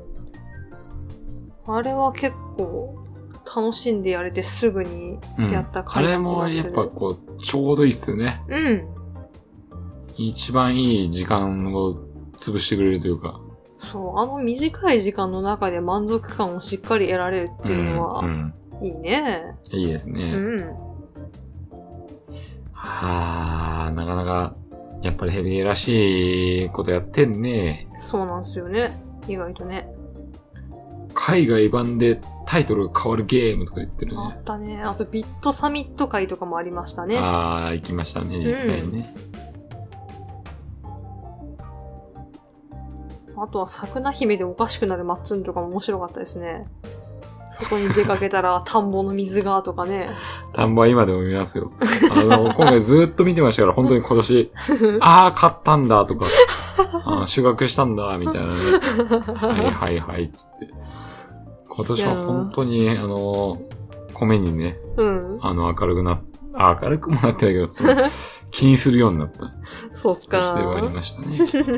あれは結構楽しんでやれてすぐにやった回だった。 あれもやっぱこう、ちょうどいいっすよね。一番いい時間を潰してくれるというか。 そう、短い時間の中で満足感をしっかり得られるっていうのは、いいね。 いいですね。なかなか、やっぱりヘビゲーらしいことやってんね。 そうなんですよね。意外とね。 海外版でタイトルが変わるゲームとか言ってるね。 あったね。あとビットサミット会とかもありましたね。 行きましたね、実際にね。 あとは桜姫でおかしくなるマッツンとかも面白かったですね。そこに出かけたら田んぼの水がとかね。 田んぼは今でも見ますよ。今回ずっと見てましたから、本当に今年、買ったんだとか、収穫したんだ、みたいなね。はい、つって。今年は本当に、米にね、明るくもなってないけど、気にするようになった。 そうっすか。 年ではありましたね。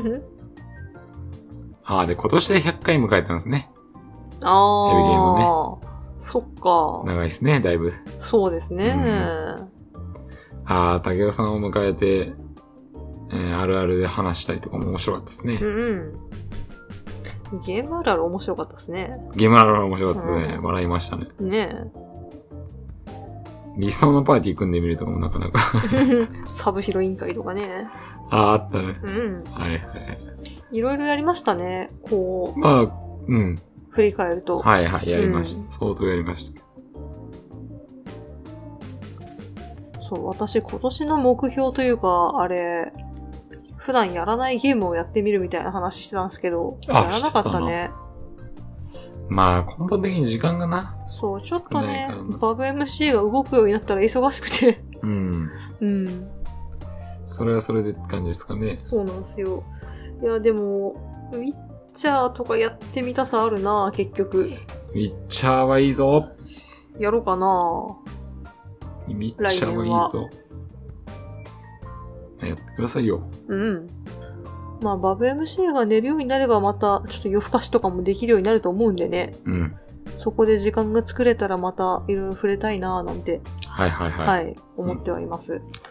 で、今年で100回迎えたんですね。ヘビゲームね。 そっか。 長いですね、だいぶ。 そうですね。 武雄さんを迎えて、あるあるで話したりとかも面白かったですね。 ゲームあるある面白かったですね。 ゲームあるある面白かったですね。笑いましたね。理想のパーティー組んでみるとかもなかなか。 サブヒロイン会とかね。 あったね。 いろいろやりましたね。こう。振り返ると。 やりました。相当やりました。 そう、私今年の目標というか、普段やらないゲームをやってみるみたいな話してたんですけど、やらなかったね。 根本的に時間がな。 そう、ちょっとね、バブ MC が動くようになったら忙しくて。 それはそれでって感じですかね。 そうなんですよ。いや、でも、ウィッチャーとかやってみたさあるな、結局。 ウィッチャーはいいぞ。 やろうかな。 ウィッチャーはいいぞ。やってくださいよ。 バブ MC が寝るようになればまた、ちょっと夜更かしとかもできるようになると思うんでね。そこで時間が作れたらまたいろいろ触れたいななんて。思ってはいます。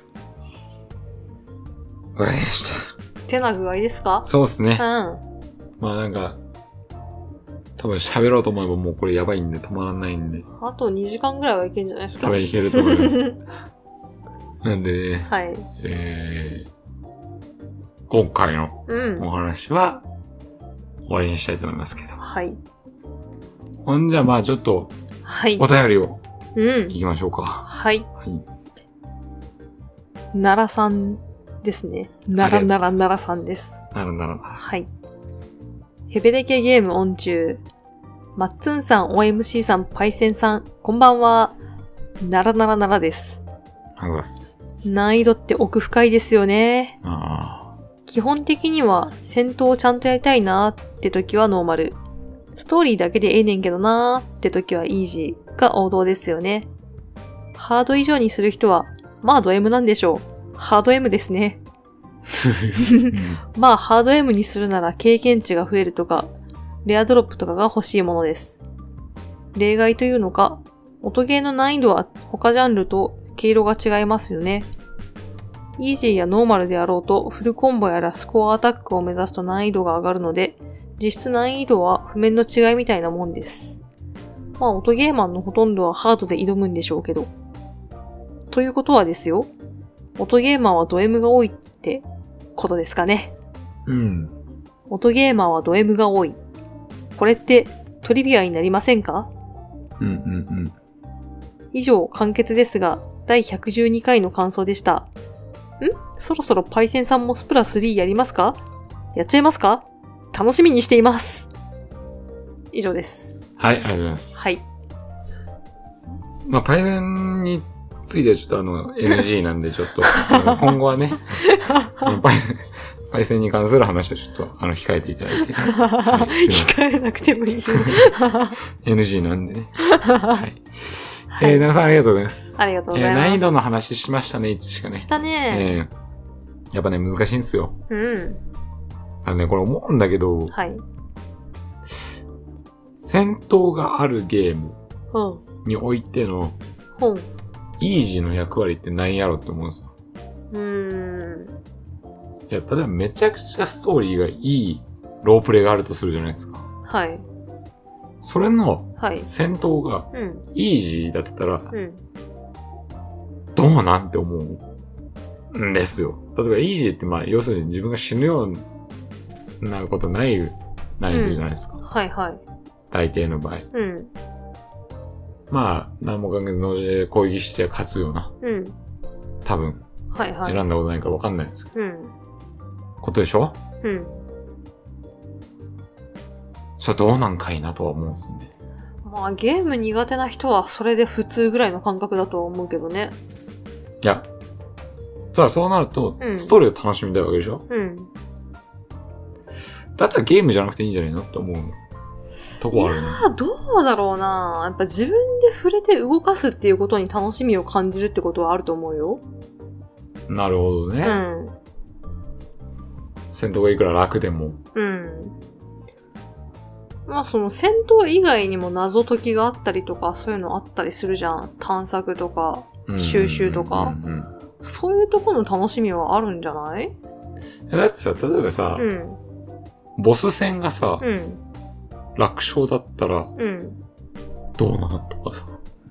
わかりました。 手な具合ですか？ そうですね。なんか、多分喋ろうと思えばもうこれやばいんで止まらないんで。 あと2時間ぐらいはいけんじゃないですか？ 多分いけると思います。なんでね。今回のお話は終わりにしたいと思いますけど。ほんじゃちょっと、お便りを、行きましょうか。 奈良さんですね。奈良さんです。ヘベレケゲームオン中。マッツンさん、OMC さん、パイセンさん、こんばんは。奈良です。難易度って奥深いですよね。基本的には戦闘をちゃんとやりたいなーって時はノーマル。ストーリーだけでええねんけどなーって時はイージーが王道ですよね。ハード以上にする人は、ド M なんでしょう。ハード M ですね。ハード M にするなら経験値が増えるとか、レアドロップとかが欲しいものです。例外というのか、音ゲーの難易度は他ジャンルと毛色が違いますよね。イージーやノーマルであろうとフルコンボやらスコアアタックを目指すと難易度が上がるので、実質難易度は譜面の違いみたいなもんです。音ゲーマンのほとんどはハードで挑むんでしょうけど。ということはですよ。音ゲーマーはド M が多いってことですかね。音ゲーマーはド M が多い。これってトリビアになりませんか？以上、簡潔ですが、第112回の感想でした。そろそろパイセンさんもスプラ3やりますか？ やっちゃいますか？楽しみにしています。以上です。 はい、ありがとうございます。 はい。 まあ、パイセンについてはちょっとNG なんでちょっと、今後はね、パイセンに関する話はちょっと、控えていただいて。はい、 控えなくてもいいよ。 NG なんでね。はい。奈良さんありがとうございます。 ありがとうございます。 難易度の話しましたね、いつしかね。 したね。 やっぱね、難しいんですよ。 うん。 これ思うんだけど、 はい。 戦闘があるゲームにおいての、イージーの役割って何やろって思うんですよ。いや、例えばめちゃくちゃストーリーがいいロープレイがあるとするじゃないですか。 はい。 それの戦闘がイージーだったら、どうなんて思うんですよ。例えばイージーって要するに自分が死ぬようなことない難易度じゃないですか。 はいはい。 大抵の場合。何も考えずノージで攻撃して勝つような。多分。選んだことないから分かんないんですけど。ことでしょ？それどうなんかいなとは思うんですよね。 ゲーム苦手な人はそれで普通ぐらいの感覚だとは思うけどね。 いや。そうなると、ストーリーを楽しみたいわけでしょ？だったらゲームじゃなくていいんじゃないのって思うとこあるね。 どうだろうな。やっぱ自分で触れて動かすっていうことに楽しみを感じるってことはあると思うよ。 なるほどね。戦闘がいくら楽でも。 その戦闘以外にも謎解きがあったりとか、そういうのあったりするじゃん。探索とか、収集とか。そういうところの楽しみはあるんじゃない？ だってさ、例えばさ、ボス戦がさ、楽勝だったら、どうなんとかさ。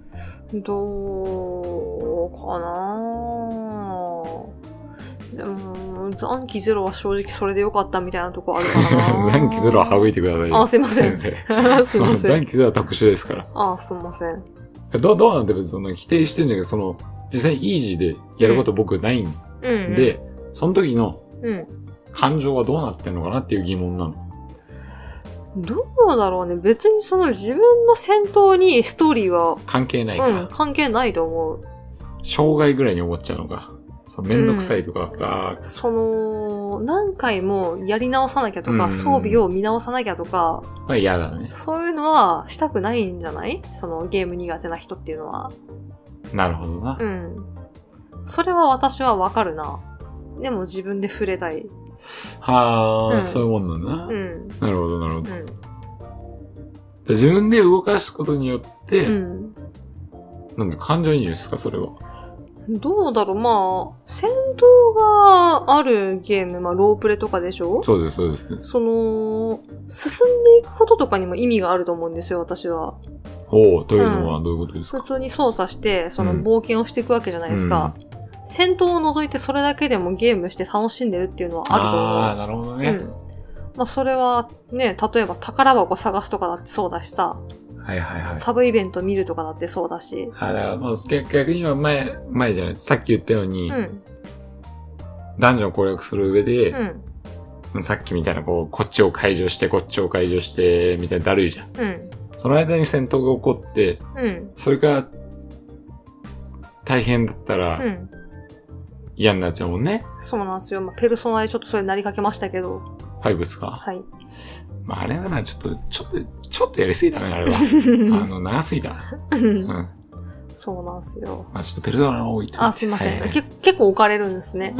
どうかなぁ。でも、残機ゼロは正直それでよかったみたいなとこあるからな残機ゼロは省いてくださいよ。 すいません。 先生。すいません。残機ゼロは特殊ですから。 すいません。 どうなんて別に否定してんじゃけど、実際にイージーでやること僕ないんで、その時の感情はどうなってんのかなっていう疑問なの。 どうだろうね。別に自分の戦闘にストーリーは関係ないから。 関係ないと思う。 障害ぐらいに思っちゃうのか。めんどくさいとかが、 何回もやり直さなきゃとか、装備を見直さなきゃとか。 嫌だね。 そういうのはしたくないんじゃない？ゲーム苦手な人っていうのは。 なるほどな。 それは私はわかるな。でも自分で触れたい。 そういうもんなんだな。なるほど、なるほど。自分で動かすことによって、なんで感情移入ですか、それは。 どうだろう、戦闘があるゲーム、ロープレとかでしょ？ そうです、そうです。 進んでいくこととかにも意味があると思うんですよ、私は。 というのはどういうことですか？ 普通に操作して、冒険をしていくわけじゃないですか。戦闘を除いてそれだけでもゲームして楽しんでるっていうのはあると思う。 なるほどね。 それはね、例えば宝箱探すとかだってそうだしさ。サブイベント見るとかだってそうだし。 だから逆には前じゃない。さっき言ったように、ダンジョンを攻略する上で、さっきみたいなこっちを解除して、こっちを解除して、みたいなだるいじゃん。その間に戦闘が起こって、それが大変だったら、嫌になっちゃうもんね。 そうなんですよ。ペルソナでちょっとそれなりかけましたけど。 5ですか？ はい。 あれはな、ちょっとやりすぎだね、あれは。長すぎだ。 そうなんですよ。 ちょっとペルソナを置いて。 すいません。結構置かれるんですね。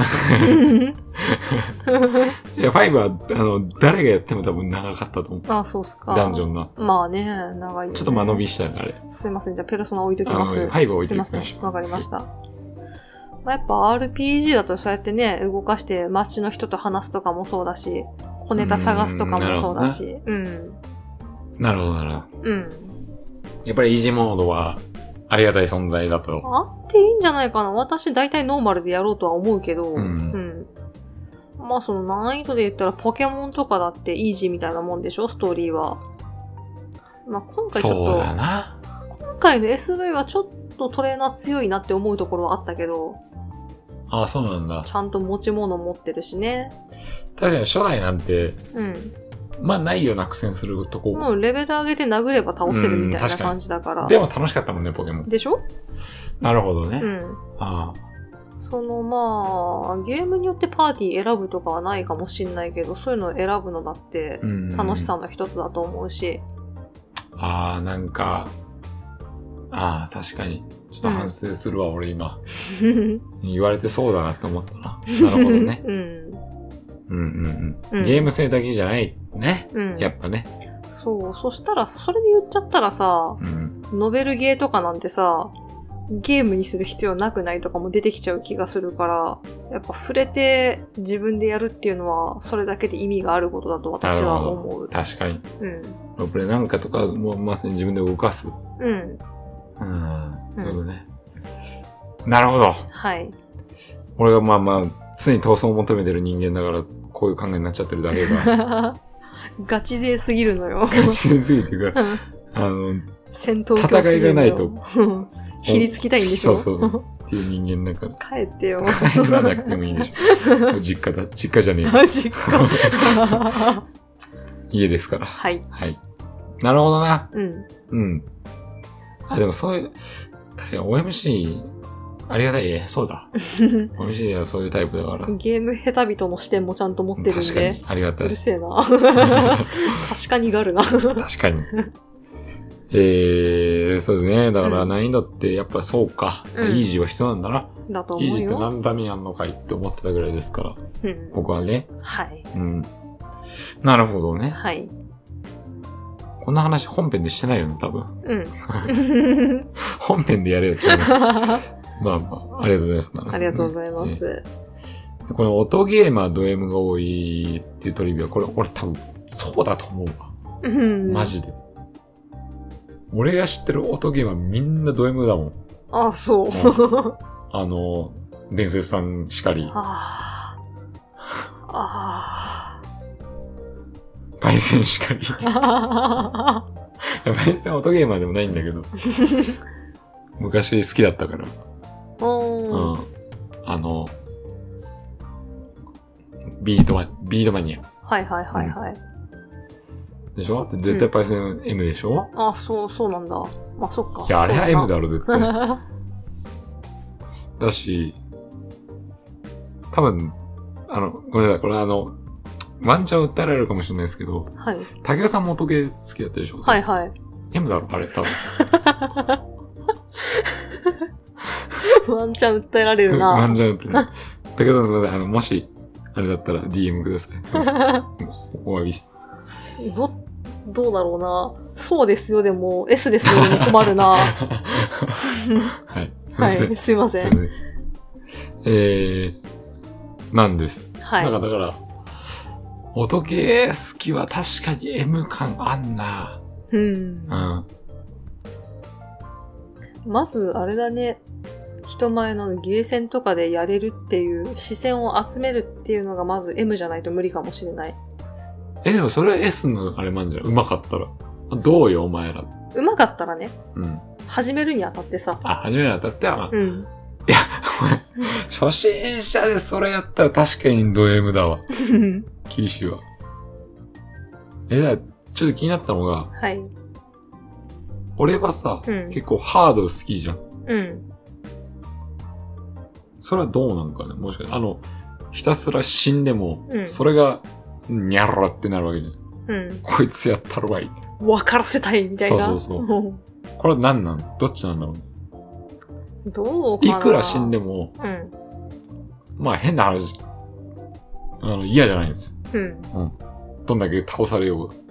いや、5は、誰がやっても多分長かったと思う。 そうっすか。 ダンジョンな。 長いよね。 ちょっと間延びしたね、あれ。 すいません。じゃあ、ペルソナ置いときます。 5置いときましょう。 すいません。わかりました。やっぱ RPG だとそうやってね、動かして街の人と話すとかもそうだし、小ネタ探すとかもそうだし。 なるほど、なるほど。やっぱりイージーモードはありがたい存在だと。 あっていいんじゃないかな。私大体ノーマルでやろうとは思うけど、難易度で言ったらポケモンとかだってイージーみたいなもんでしょ、ストーリーは。今回ちょっと、 そうだな。 今回の SV はちょっとトレーナー強いなって思うところはあったけど。 ああ、そうなんだ。 ちゃんと持ち物持ってるしね。 確かに初代なんて、 うん。 まあないよな、苦戦するとこ。 もうレベル上げて殴れば倒せるみたいな感じだから。 でも楽しかったもんね、ポケモン。 でしょ？ なるほどね。 うん。 ああ。 まあ、ゲームによってパーティー選ぶとかはないかもしんないけど、そういうのを選ぶのだって楽しさの一つだと思うし。 ああ、なんか、ああ、確かに。ちょっと反省するわ、俺今。言われてそうだなって思ったな。なるほどね。ゲーム性だけじゃないね。やっぱね。 そう。そしたら、それで言っちゃったらさ、ノベルゲーとかなんてさ、ゲームにする必要なくないとかも出てきちゃう気がするから、やっぱ触れて自分でやるっていうのは、それだけで意味があることだと私は思う。 確かに。ロープレなんかとかもまさに自分で動かす。そうだね。なるほど。 はい。 俺がまあ、常に闘争を求めてる人間だから、こういう考えになっちゃってるだけが。 ガチ勢すぎるのよ。 ガチ勢すぎてか、 戦闘戦いがないと。 ひりつきたいんでしょ？ そう。っていう人間だから。 帰ってよ。 帰らなくてもいいでしょ。実家だ。実家じゃねえよ。 実家。 家ですから。 はい。 はい。なるほどな。あ、でもそういう、確かに OMC、ありがたいね。そうだ。OMC はそういうタイプだから。 ゲーム下手人の視点もちゃんと持ってるんで。 確かに。ありがたい。 うるせえな。確かにがあるな。 確かに。そうですね。だから難易度ってやっぱそうか。イージーは必要なんだな。 だと思うよ。 イージーって何のためにやんのかいって思ってたぐらいですから。僕はね。 はい。 なるほどね。 はい。 こんな話本編でしてないよね、多分。本編でやれよって話。まあ、ありがとうございます。 ありがとうございます。 この音ゲーマード M が多いっていうトリビア、これ俺多分そうだと思うわ。マジで。俺が知ってる音ゲーマーみんなド M だもん。 あ、そう。 伝説さんしかり。パイセンしかり。パイセンは音ゲーマーでもないんだけど。昔好きだったから。ビートマニア。 はい。 でしょ？絶対パイセン M でしょ？ あ、そうなんだ。まあ、そっか。 いや、あれは M だろ、絶対。だし、多分、ごめんなさい、これワンチャン訴えられるかもしれないですけど、 はい。 竹谷さんも音ゲー好きだったでしょ？ はい。 M だろ、あれ、多分。 ワンチャン訴えられるな。 ワンチャン訴えられる。竹谷さんすみません、もし、あれだったら DM ください。お詫び。 どうだろうな。そうですよ、でも、S ですよ、困るな。 はい。すいません。 なんです。 はい。 だから、音ゲー好きは確かに M 感あんな。 まず、あれだね。人前のゲーセンとかでやれるっていう視線を集めるっていうのがまず M じゃないと無理かもしれない。 でもそれは S のあれなんじゃない？うまかったら。どうよ、お前ら。 うまかったらね。始めるにあたってさ。 始めるにあたっては、いや、お前、初心者でそれやったら確かにド M だわ。厳しいわ。ちょっと気になったのが、 はい。 俺はさ、結構ハード好きじゃん。それはどうなんかね？もしかして、ひたすら死んでも、それが、にゃらってなるわけじゃん。こいつやったろわい。 わからせたいみたいな。 そう。これは何なの？どっちなんだろう？どうかな？ いくら死んでも、まあ変な話、嫌じゃないんですよ。どんだけ倒されようが。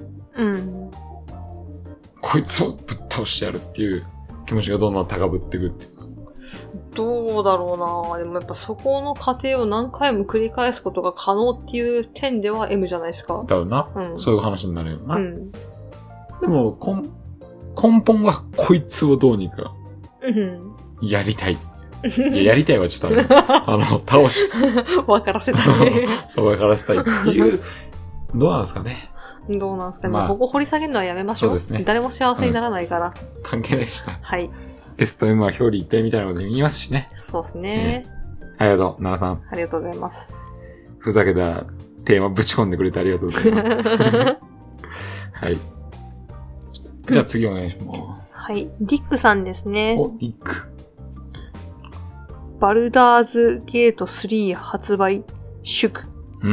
こいつをぶっ倒してやるっていう気持ちがどんどん高ぶっていくっていうか。 どうだろうな。でもやっぱそこの過程を何回も繰り返すことが可能っていう点では M じゃないですか。 だよな。そういう話になるよな。でも、根本はこいつをどうにか、やりたい。やりたいはちょっと倒し。 わからせたい。 そう、わからせたいっていう、どうなんですかね。 どうなんですかね。ここ掘り下げるのはやめましょう。 そうですね。 誰も幸せにならないから。 関係ないしな。 はい。 S と M は表裏一体みたいなこと言いますしね。 そうですね。 ありがとう、奈良さん。 ありがとうございます。 ふざけたテーマぶち込んでくれてありがとうございます。はい。じゃあ次お願いします。 はい。ディックさんですね。 お、ディック。 バルダーズゲート3発売、祝。 うん。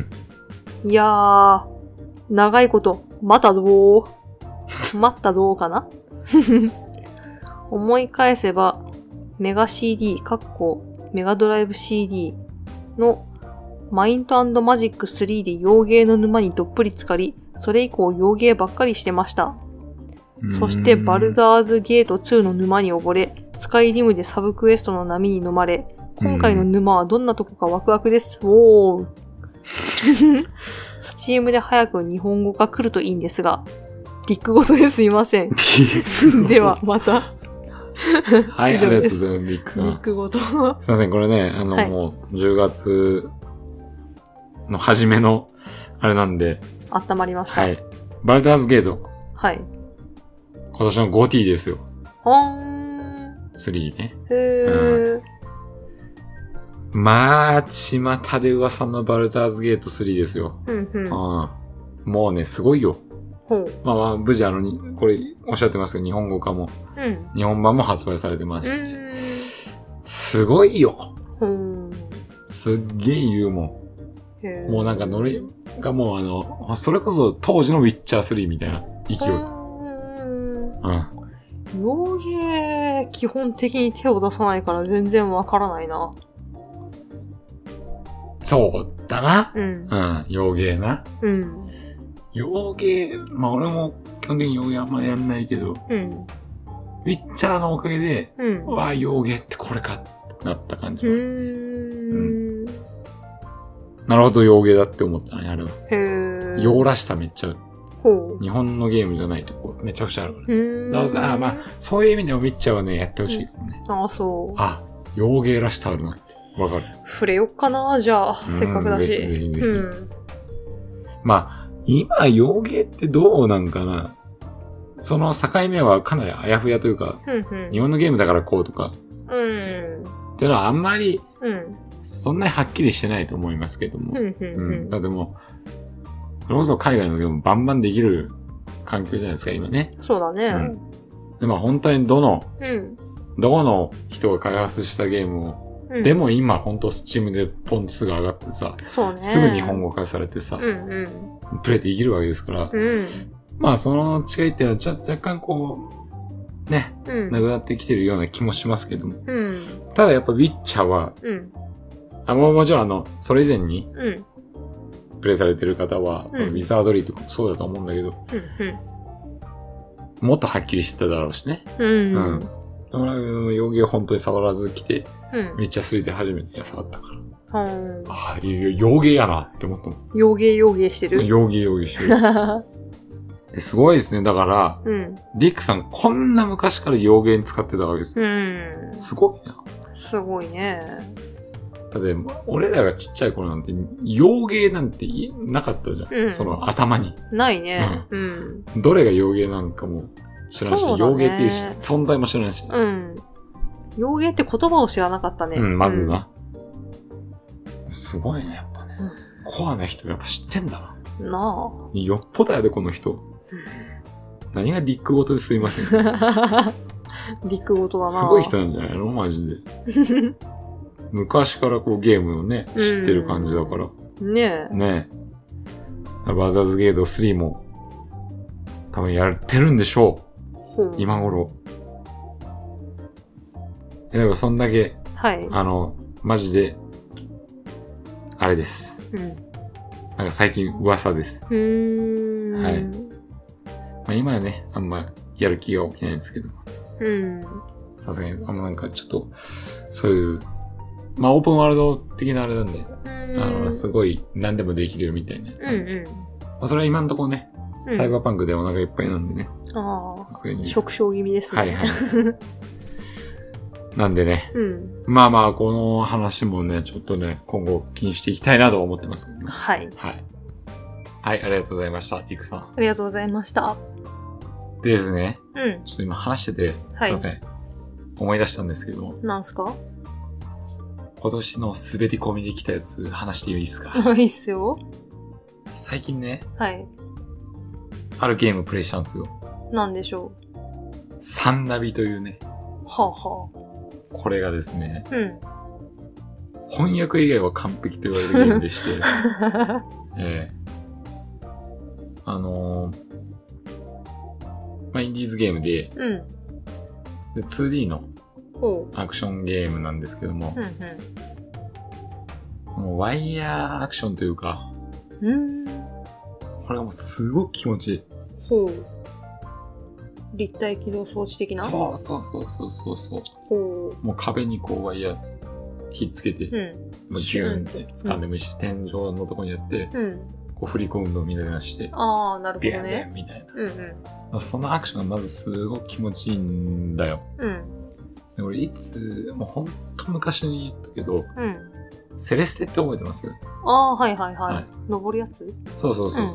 いやー、長いこと、またどう待ったどうかな思い返せば、メガ CD、メガドライブ CD のマイント&マジック3で洋芸の沼にどっぷり浸かり、それ以降洋芸ばっかりしてました。そしてバルダーズゲート2の沼に溺れ、スカイリムでサブクエストの波に飲まれ、今回の沼はどんなとこかワクワクです。おー。スチームで早く日本語が来るといいんですが、ディックごとですいません。では、また。 はい、ありがとうございます、ディックさん。 ディックごと。 すいません、これね、はい、もう、10月の初めの、あれなんで。 温まりました。 はい。バルダーズゲート。 はい。 今年の 5T ですよ。3ね。まあ、巷で噂のバルダーズゲート3ですよ。もうね、すごいよ。まあ、無事これおっしゃってますけど、日本語化も、日本版も発売されてますし、すごいよ。すっげえ言うもん。もうなんかノリがもうそれこそ当時のウィッチャー3みたいな勢い。 洋芸、基本的に手を出さないから全然わからないな。 そうだな。洋芸な。洋芸、まあ俺も基本的に洋芸あんまりやんないけど、ウィッチャーのおかげで、わあ、洋芸ってこれかってなった感じ。なるほど、洋芸だって思ったね、あれは。洋らしさめっちゃある。日本のゲームじゃないとこめちゃくちゃあるから。だからまあ、そういう意味でもウィッチャーはね、やってほしいかもね。 そう。 洋芸らしさあるなって。わかる。 触れよっかな、じゃあ、せっかくだし。 まあ、今、洋芸ってどうなんかな。その境目はかなりあやふやというか、日本のゲームだからこうとか、っていうのはあんまり、そんなにはっきりしてないと思いますけども。だってもう、それこそ海外のゲームバンバンできる環境じゃないですか、今ね。 そうだね。 でも本当にどこの人が開発したゲームを、でも今ほんとスチームでポンとすぐ上がってさ、すぐ日本語化されてさ、プレイできるわけですから、まあその違いっていうのは若干こう、ね、なくなってきてるような気もしますけども。ただやっぱウィッチャーは、もちろんそれ以前に、プレイされてる方は、ウィザードリーとかもそうだと思うんだけど、もっとはっきりしてただろうしね。だから洋芸本当に触らず来て、めっちゃすいて初めて触ったから。洋芸やなって思ったもん。 洋芸してる？ 洋芸してる。すごいですね。だから、ディックさんこんな昔から洋芸に使ってたわけです。すごいな。 すごいね。 だって、俺らがちっちゃい頃なんて、洋芸なんてなかったじゃん。その頭に。 ないね。 どれが洋芸なんかも知らんし、洋芸っていう存在も知らんし。 洋芸って言葉を知らなかったね。 まずな。すごいね、やっぱね。コアな人やっぱ知ってんだな。 なあ。 よっぽどやで、この人。何がディックごとですいません。ディックごとだな。 すごい人なんじゃないのマジで。昔からこうゲームをね、知ってる感じだから。 ねバルダーズゲート3も多分やってるんでしょう。今頃。だからそんだけ、マジで、あれです。なんか最近噂です。まあ今はね、あんまやる気が起きないんですけど。さすがに、なんかちょっと、そういう、まあオープンワールド的なあれなんで、すごい何でもできるよみたいな。まあそれは今のところね、サイバーパンクでお腹いっぱいなんでね。さすがに。 食傷気味ですね。 なんでね。まあまあ、この話もね、ちょっとね、今後気にしていきたいなと思ってます、ね。はい、ありがとうございました、ディックさん。 ありがとうございました。 でですね。ちょっと今話してて、すいません。思い出したんですけども。 なんすか？ 今年の滑り込みできたやつ話していいですか？ いいっすよ。 最近ね、 はい。 あるゲームプレイしたんですよ。 なんでしょう。サンナビというね。 はあはあ。これがですね、 うん。 翻訳以外は完璧と言われるゲームでして、まあ、インディーズゲームで、 うん、 で 2D のアクションゲームなんですけども、もうワイヤーアクションというか、これがもうすごく気持ちいい。 ほう。立体起動装置的な？ そうそう。ほう。もう壁にこうワイヤーひっつけて、もうギューンって掴んでもいいし、天井のとこにやって、こう振り込むのをみんなでして、 ああ、なるほどね。 ビャンみたいな。そのアクションがまずすごく気持ちいいんだよ。で俺いつ、もうほんと昔に言ったけど、セレステって覚えてます？ ああ、はい。登るやつ？ そう。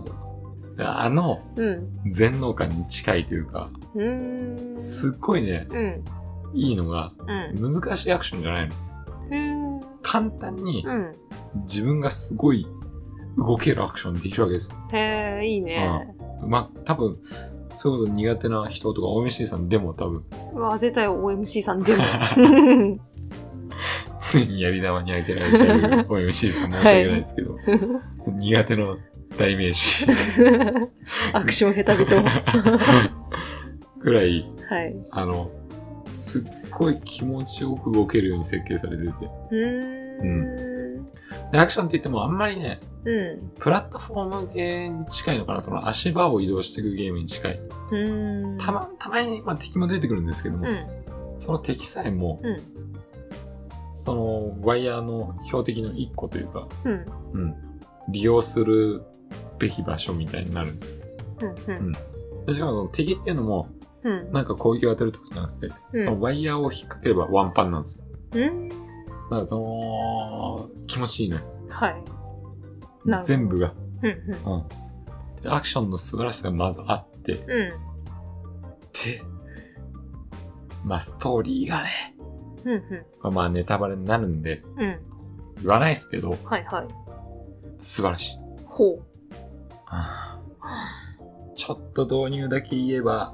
全能感に近いというか、すっごいね、いいのが、難しいアクションじゃないの。簡単に、自分がすごい動けるアクションできるわけですよ。 へえ、いいね。 多分、そういうこと苦手な人とか OMC さんでも多分。 うわ、出たよ、OMC さんでも。 常にやり玉に開けられちゃう OMC さん申し訳ないですけど、苦手の代名詞。 アクション下手人。 ぐらい、 はい。 すっごい気持ちよく動けるように設計されてて。で、アクションって言ってもあんまりね、プラットフォームゲーに近いのかな、その足場を移動していくゲームに近い。たまに、敵も出てくるんですけども、その敵さえも、そのワイヤーの標的の一個というか、利用するべき場所みたいになるんですよ。しかもその敵っていうのも、なんか攻撃を当てるとかじゃなくて、そのワイヤーを引っ掛ければワンパンなんですよ。だから気持ちいいのよ。 はい。 全部が。で、アクションの素晴らしさがまずあって、で、ストーリーがね、ネタバレになるんで、言わないですけど、素晴らしい。 ほう。 ちょっと導入だけ言えば、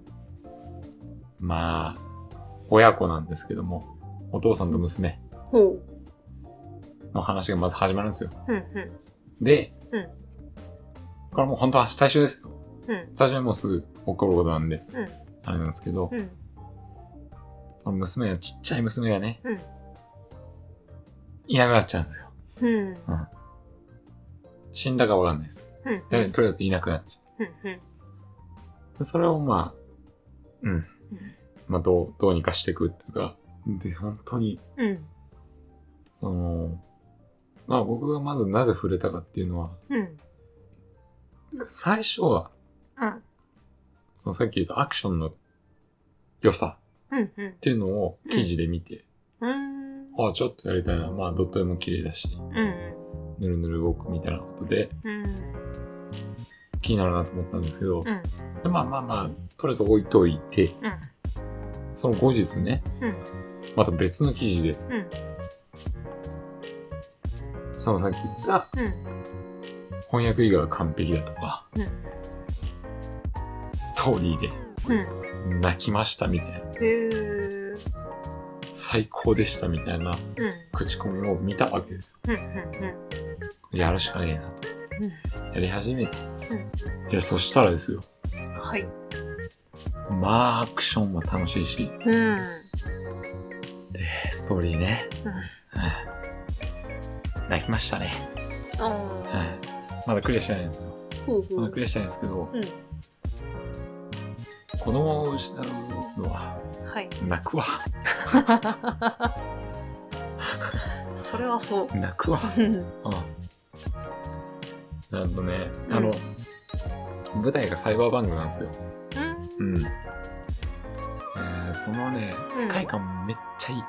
親子なんですけども、お父さんと娘の話がまず始まるんですよ。で、これもう本当は最初ですよ。最初にもうすぐ起こることなんで、あれなんですけど、そのちっちゃい娘がね、いなくなっちゃうんですよ。死んだかわかんないです。で、とりあえずいなくなっちゃう。それをどうにかしていくっていうか、で、本当に、僕がまずなぜ触れたかっていうのは、最初は、さっき言ったアクションの良さっていうのを記事で見て、ちょっとやりたいな。ドット絵も綺麗だし、ぬるぬる動くみたいなことで、気になるなと思ったんですけど、でとりあえず置いといて、その後日ね、また別の記事で、そのさっき言った、翻訳以外は完璧だとか、ストーリーで泣きましたみたいな、最高でしたみたいな口コミを見たわけですよ。やるしかねえなと。やり始めて。そしたらですよ。 はい。 アクションも楽しいし。で、ストーリーね。泣きましたね。まだクリアしてないんですよ。まだクリアしてないんですけど、子供を失うのは、泣くわ。 それはそう。 泣くわ。なんとね、舞台がサイバーバンクなんですよ。そのね、世界観めっちゃいい。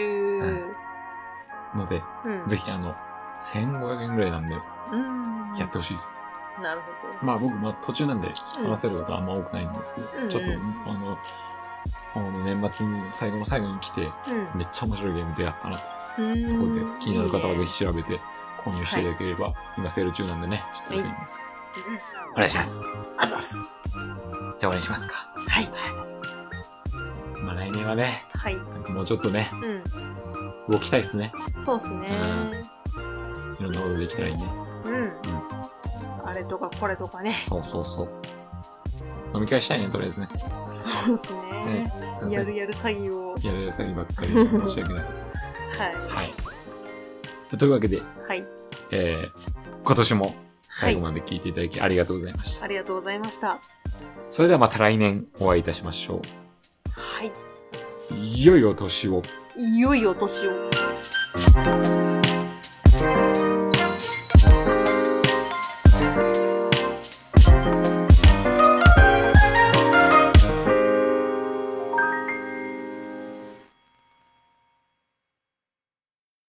ので、ぜひ1500円ぐらいなんで、やってほしいです。 なるほど。 僕、途中なんで話せることはあんま多くないんですけど、ちょっと、 年末に最後の最後に来て、めっちゃ面白いゲーム出会ったなと。ところで気になる方はぜひ調べて購入していただければ、今セール中なんでね、ちょっと安いんですけど。お願いします。 あざっす。 じゃあ終わりにしますか。 はい。 まあ来年はね、 はい。 なんかもうちょっとね、動きたいっすね。 そうっすね。 いろんなことできたらいいね。 あれとかこれとかね。 そうそうそう。飲み会したいね、とりあえずね。 そうですね。やる詐欺を。 やる詐欺ばっかり申し訳なかったです。 はい。 はい。というわけで、 はい。 今年も最後まで聞いていただきありがとうございました。 ありがとうございました。 それではまた来年お会いいたしましょう。 はい。 いよいよ年を。 いよいよ年を。